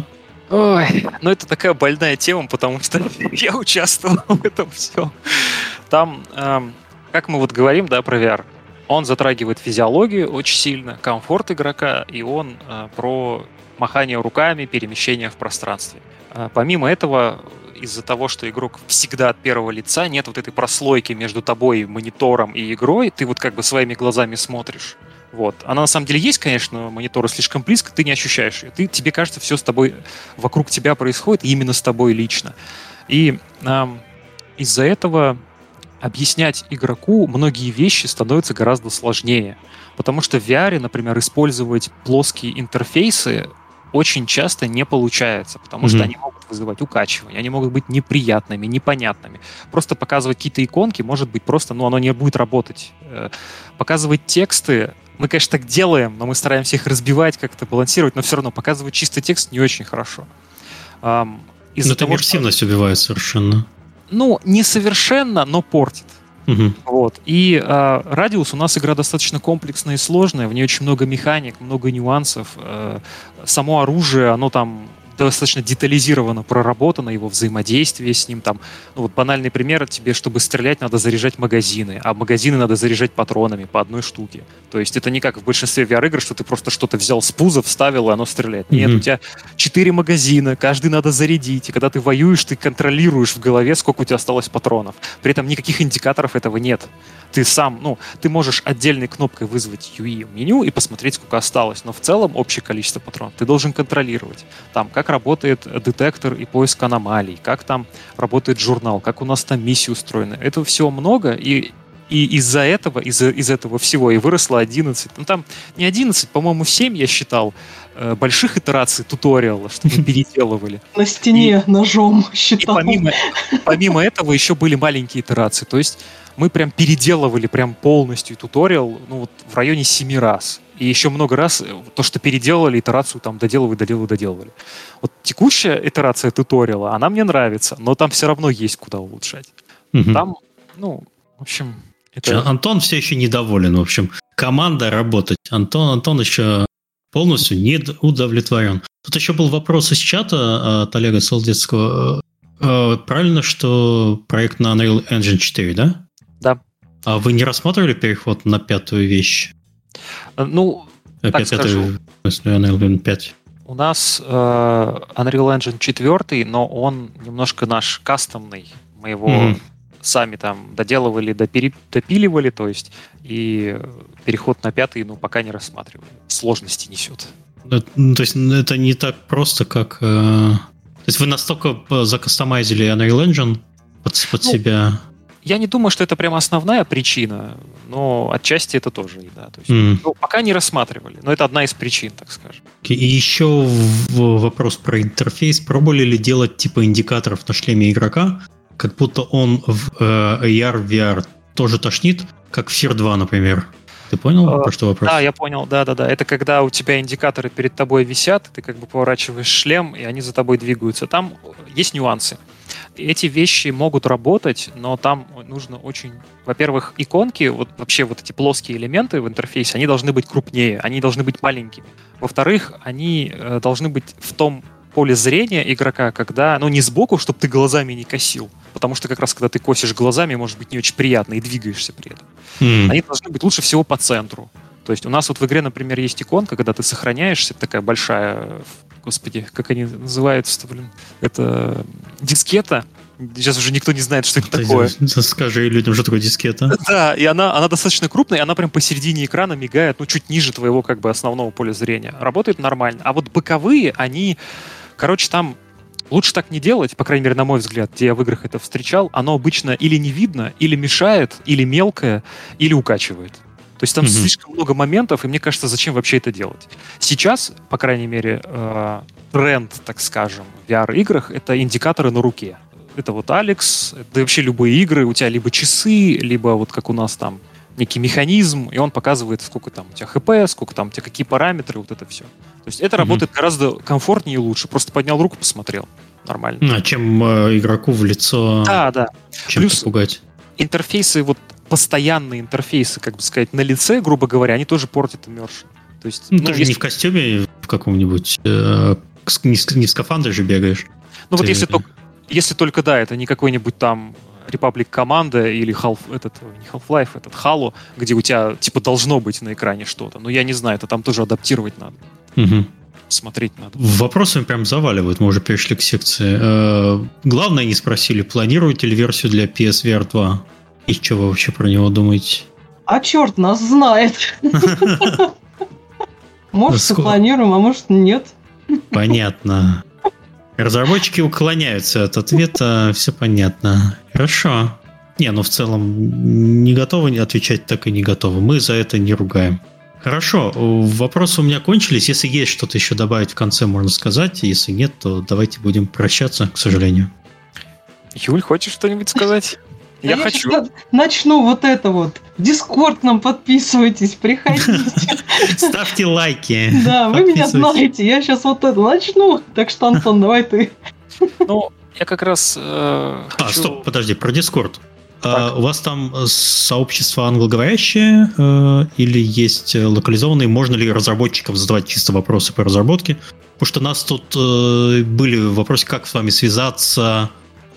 Ой, ну это такая больная тема, потому что я участвовал в этом всем. Там, эм, как мы вот говорим, да, про ви ар, он затрагивает физиологию очень сильно, комфорт игрока, и он э, про махание руками, перемещение в пространстве. Э, помимо этого, из-за того, что игрок всегда от первого лица, нет вот этой прослойки между тобой, монитором и игрой, ты вот как бы своими глазами смотришь. Вот. Она на самом деле есть, конечно, мониторы слишком близко, ты не ощущаешь ее. Ты, тебе кажется, все с тобой, вокруг тебя происходит, именно с тобой лично. И эм, из-за этого объяснять игроку многие вещи становятся гораздо сложнее. Потому что в ви ар, например, использовать плоские интерфейсы очень часто не получается, потому mm-hmm. что они могут вызывать укачивание, они могут быть неприятными, непонятными. Просто показывать какие-то иконки, может быть, просто, ну, оно не будет работать. Показывать тексты, мы, конечно, так делаем, но мы стараемся их разбивать, как-то балансировать, но все равно показывать чистый текст не очень хорошо. Но эта иммерсивность что... убивает совершенно. Ну, не совершенно, но портит. Угу. Вот. И э, Радиус у нас игра достаточно комплексная и сложная, в ней очень много механик, много нюансов. Э, само оружие, оно там достаточно детализированно проработано, его взаимодействие с ним. Там, ну вот банальный пример, тебе, чтобы стрелять, надо заряжать магазины, а магазины надо заряжать патронами по одной штуке. То есть это не как в большинстве ви ар-игр, что ты просто что-то взял с пуза, вставил, и оно стреляет. Нет, mm-hmm. у тебя четыре магазина, каждый надо зарядить, и когда ты воюешь, ты контролируешь в голове, сколько у тебя осталось патронов. При этом никаких индикаторов этого нет. Ты сам, ну, ты можешь отдельной кнопкой вызвать ю и меню и посмотреть, сколько осталось, но в целом общее количество патронов ты должен контролировать. Там, как работает детектор и поиск аномалий, как там работает журнал, как у нас там миссии устроены. Этого всего много, и, и из-за этого, из-за, из этого всего и выросло одиннадцать, ну там не одиннадцать, по-моему, семь я считал, э, больших итераций туториала, что мы переделывали. На стене и, ножом считал. И помимо, помимо этого еще были маленькие итерации, то есть мы прям переделывали прям полностью туториал, ну вот в районе семи раз. И еще много раз то, что переделали, итерацию там доделывали, доделывали, доделывали. Вот текущая итерация туториала, она мне нравится, но там все равно есть куда улучшать. Угу. Там, ну, в общем... Это... Антон все еще недоволен, в общем. Команда работать. Антон, Антон еще полностью не удовлетворен. Тут еще был вопрос из чата от Олега Солдецкого. Правильно, что проект на Unreal Engine четыре, да? Да. А вы не рассматривали переход на пятую вещь? Ну, так пятую, скажу. В смысле, Unreal Engine пять. У нас э, Unreal Engine четыре, но он немножко наш кастомный. Мы его mm-hmm. сами там доделывали, допери, допиливали, то есть, и переход на пятый, ну, пока не рассматривали. Сложности несет. Это, то есть, это не так просто, как... Э, то есть, вы настолько закастомайзили Unreal Engine под, под ну, себя... Я не думаю, что это прямо основная причина, но отчасти это тоже, да. То есть, mm. ну, пока не рассматривали, но это одна из причин, так скажем. И еще вопрос про интерфейс. Пробовали ли делать типа индикаторов на шлеме игрока, как будто он в э, эй ар, ви ар тоже тошнит, как в Fear два, например. Ты понял, uh, про что вопрос? Да, я понял, да-да-да. Это когда у тебя индикаторы перед тобой висят, ты как бы поворачиваешь шлем, и они за тобой двигаются. Там есть нюансы. Эти вещи могут работать, но там нужно очень... Во-первых, иконки, вот вообще вот эти плоские элементы в интерфейсе, они должны быть крупнее, они должны быть маленькими. Во-вторых, они э, должны быть в том поле зрения игрока, когда, ну, не сбоку, чтобы ты глазами не косил, потому что как раз когда ты косишь глазами, может быть не очень приятно и двигаешься при этом. Mm. Они должны быть лучше всего по центру. То есть у нас вот в игре, например, есть иконка, когда ты сохраняешься, такая большая, господи, как они называются-то, блин, это дискета. Сейчас уже никто не знает, что это такое. Скажи людям, что такое дискета. Да, и она, она достаточно крупная, и она прям посередине экрана мигает, ну, чуть ниже твоего как бы основного поля зрения. Работает нормально. А вот боковые, они... Короче, там лучше так не делать, по крайней мере, на мой взгляд, где я в играх это встречал. Оно обычно или не видно, или мешает, или мелкое, или укачивает. То есть там mm-hmm. слишком много моментов, и мне кажется, зачем вообще это делать? Сейчас, по крайней мере, э, тренд, так скажем, в ви ар-играх — это индикаторы на руке. Это вот Алекс, да и вообще любые игры, у тебя либо часы, либо вот как у нас там некий механизм, и он показывает, сколько там у тебя хп, сколько там у тебя какие параметры, вот это все. То есть это mm-hmm. работает гораздо комфортнее и лучше. Просто поднял руку, посмотрел. Нормально. А чем э, игроку в лицо да, да. чем-то Плюс пугать. Интерфейсы, вот постоянные интерфейсы, как бы сказать, на лице, грубо говоря, они тоже портят immersion. То есть, ну, ну, ты же если... не в костюме в каком-нибудь, э, не, не в скафандре же бегаешь. Ну ты... вот если только, если только, да, это не какой-нибудь там Republic Command или Half, этот, не Half-Life, этот Halo, где у тебя, типа, должно быть на экране что-то. Но я не знаю, это там тоже адаптировать надо. Угу. Смотреть надо. Вопросами прям заваливают, мы уже перешли к секции. Э, главное, не спросили, планируете ли версию для пи эс ви ар два? И что вы вообще про него думаете? А черт нас знает. Может, запланируем, а может, нет. Понятно. Разработчики уклоняются от ответа, все понятно. Хорошо. Не, ну в целом не готовы отвечать, так и не готовы. Мы за это не ругаем. Хорошо, вопросы у меня кончились. Если есть что-то еще добавить в конце, можно сказать. Если нет, то давайте будем прощаться, к сожалению. Юль, хочешь что-нибудь сказать? Я, я хочу. Начну вот это вот. В Дискорд нам подписывайтесь, приходите. Ставьте лайки. Да, вы меня знаете. Я сейчас вот это начну. Так что, Антон, давай ты. Ну, я как раз... А, стоп, подожди, про Дискорд. У вас там сообщество англоговорящее или есть локализованные? Можно ли разработчикам задавать чисто вопросы по разработке? Потому что у нас тут были вопросы, как с вами связаться...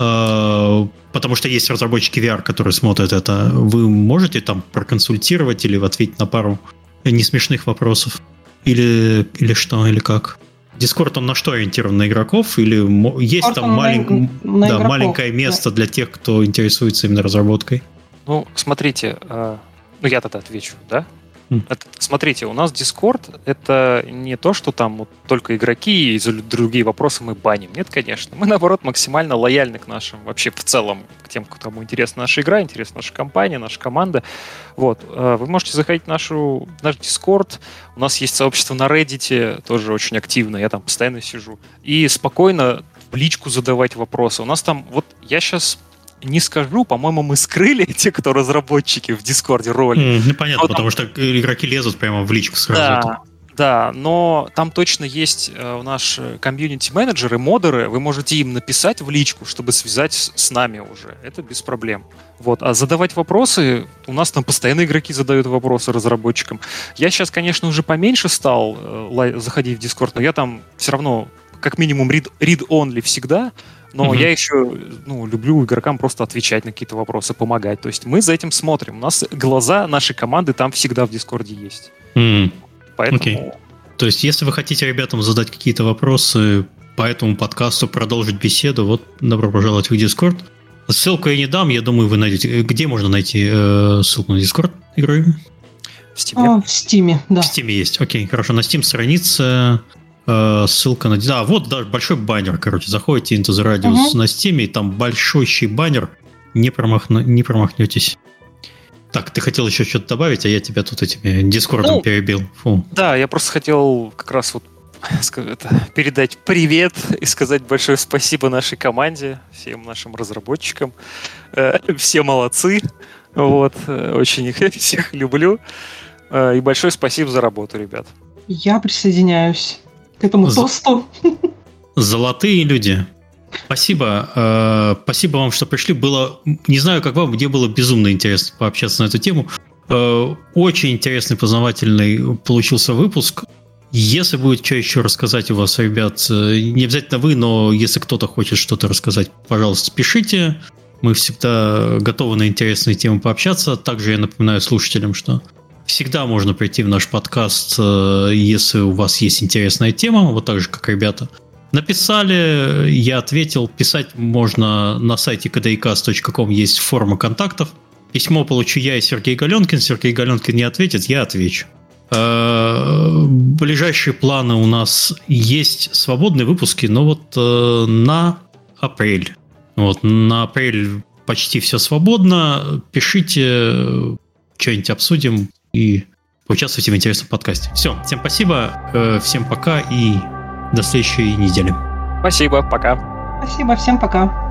Потому что есть разработчики ви ар, которые смотрят это. Вы можете там проконсультировать или ответить на пару несмешных вопросов? Или, или что, или как? Дискорд, он на что ориентирован? На игроков? Или есть Дискорд там малень... на, на да, маленькое место да. для тех, кто интересуется именно разработкой? Ну, смотрите, э, ну я тогда отвечу, да? Это, смотрите, у нас Discord — это не то, что там вот только игроки и за другие вопросы мы баним. Нет, конечно. Мы, наоборот, максимально лояльны к нашим, вообще в целом, к тем, кому интересна наша игра, интересна наша компания, наша команда. Вот. Вы можете заходить в нашу, наш Discord. У нас есть сообщество на Reddit, тоже очень активно. Я там постоянно сижу. И спокойно в личку задавать вопросы. У нас там, вот я сейчас... Не скажу, по-моему, мы скрыли те, кто разработчики в Дискорде роли. Mm, ну, понятно, но потому там... что игроки лезут прямо в личку сразу. Да, да, но там точно есть э, наш комьюнити-менеджеры, модеры. Вы можете им написать в личку, чтобы связать с, с нами уже. Это без проблем. Вот. А задавать вопросы, у нас там постоянно игроки задают вопросы разработчикам. Я сейчас, конечно, уже поменьше стал э, заходить в Дискорд, но я там все равно как минимум read, read-only всегда. Но mm-hmm. я еще ну, люблю игрокам просто отвечать на какие-то вопросы, помогать. То есть мы за этим смотрим. У нас глаза нашей команды там всегда в Дискорде есть. Mm-hmm. Поэтому... Okay. То есть если вы хотите ребятам задать какие-то вопросы по этому подкасту, продолжить беседу, вот добро пожаловать в Дискорд. Ссылку я не дам, я думаю, вы найдете. Где можно найти э, ссылку на Дискорд игры? В Steam. А, в Steam, да. В Steam есть. Окей, хорошо. На Steam странице... Ссылка на... А, вот даже большой баннер, короче. Заходите Into the Radius uh-huh. на Steam, и там большущий баннер. Не, промахну... не промахнетесь. Так, ты хотел еще что-то добавить, а я тебя тут этими Дискордом ну, перебил. Фу. Да, я просто хотел как раз вот передать привет и сказать большое спасибо нашей команде, всем нашим разработчикам. Все молодцы. Вот. Очень их всех люблю. И большое спасибо за работу, ребят. Я присоединяюсь к этому тосту. Золотые люди. Спасибо. Спасибо вам, что пришли. Было, не знаю, как вам, мне было безумно интересно пообщаться на эту тему. Очень интересный, познавательный получился выпуск. Если будет что еще рассказать у вас, ребят, не обязательно вы, но если кто-то хочет что-то рассказать, пожалуйста, пишите. Мы всегда готовы на интересные темы пообщаться. Также я напоминаю слушателям, что всегда можно прийти в наш подкаст, если у вас есть интересная тема, вот так же, как ребята. Написали, я ответил. Писать можно на сайте кей ди каст точка ком, есть форма контактов. Письмо получу я и Сергей Галенкин. Сергей Галенкин не ответит, я отвечу. Ближайшие планы у нас есть свободные выпуски, но вот на апрель. Вот, на апрель почти все свободно. Пишите, что-нибудь обсудим и поучаствуйте в интересном подкасте. Все, всем спасибо, всем пока и до следующей недели. Спасибо, пока. Спасибо, всем пока.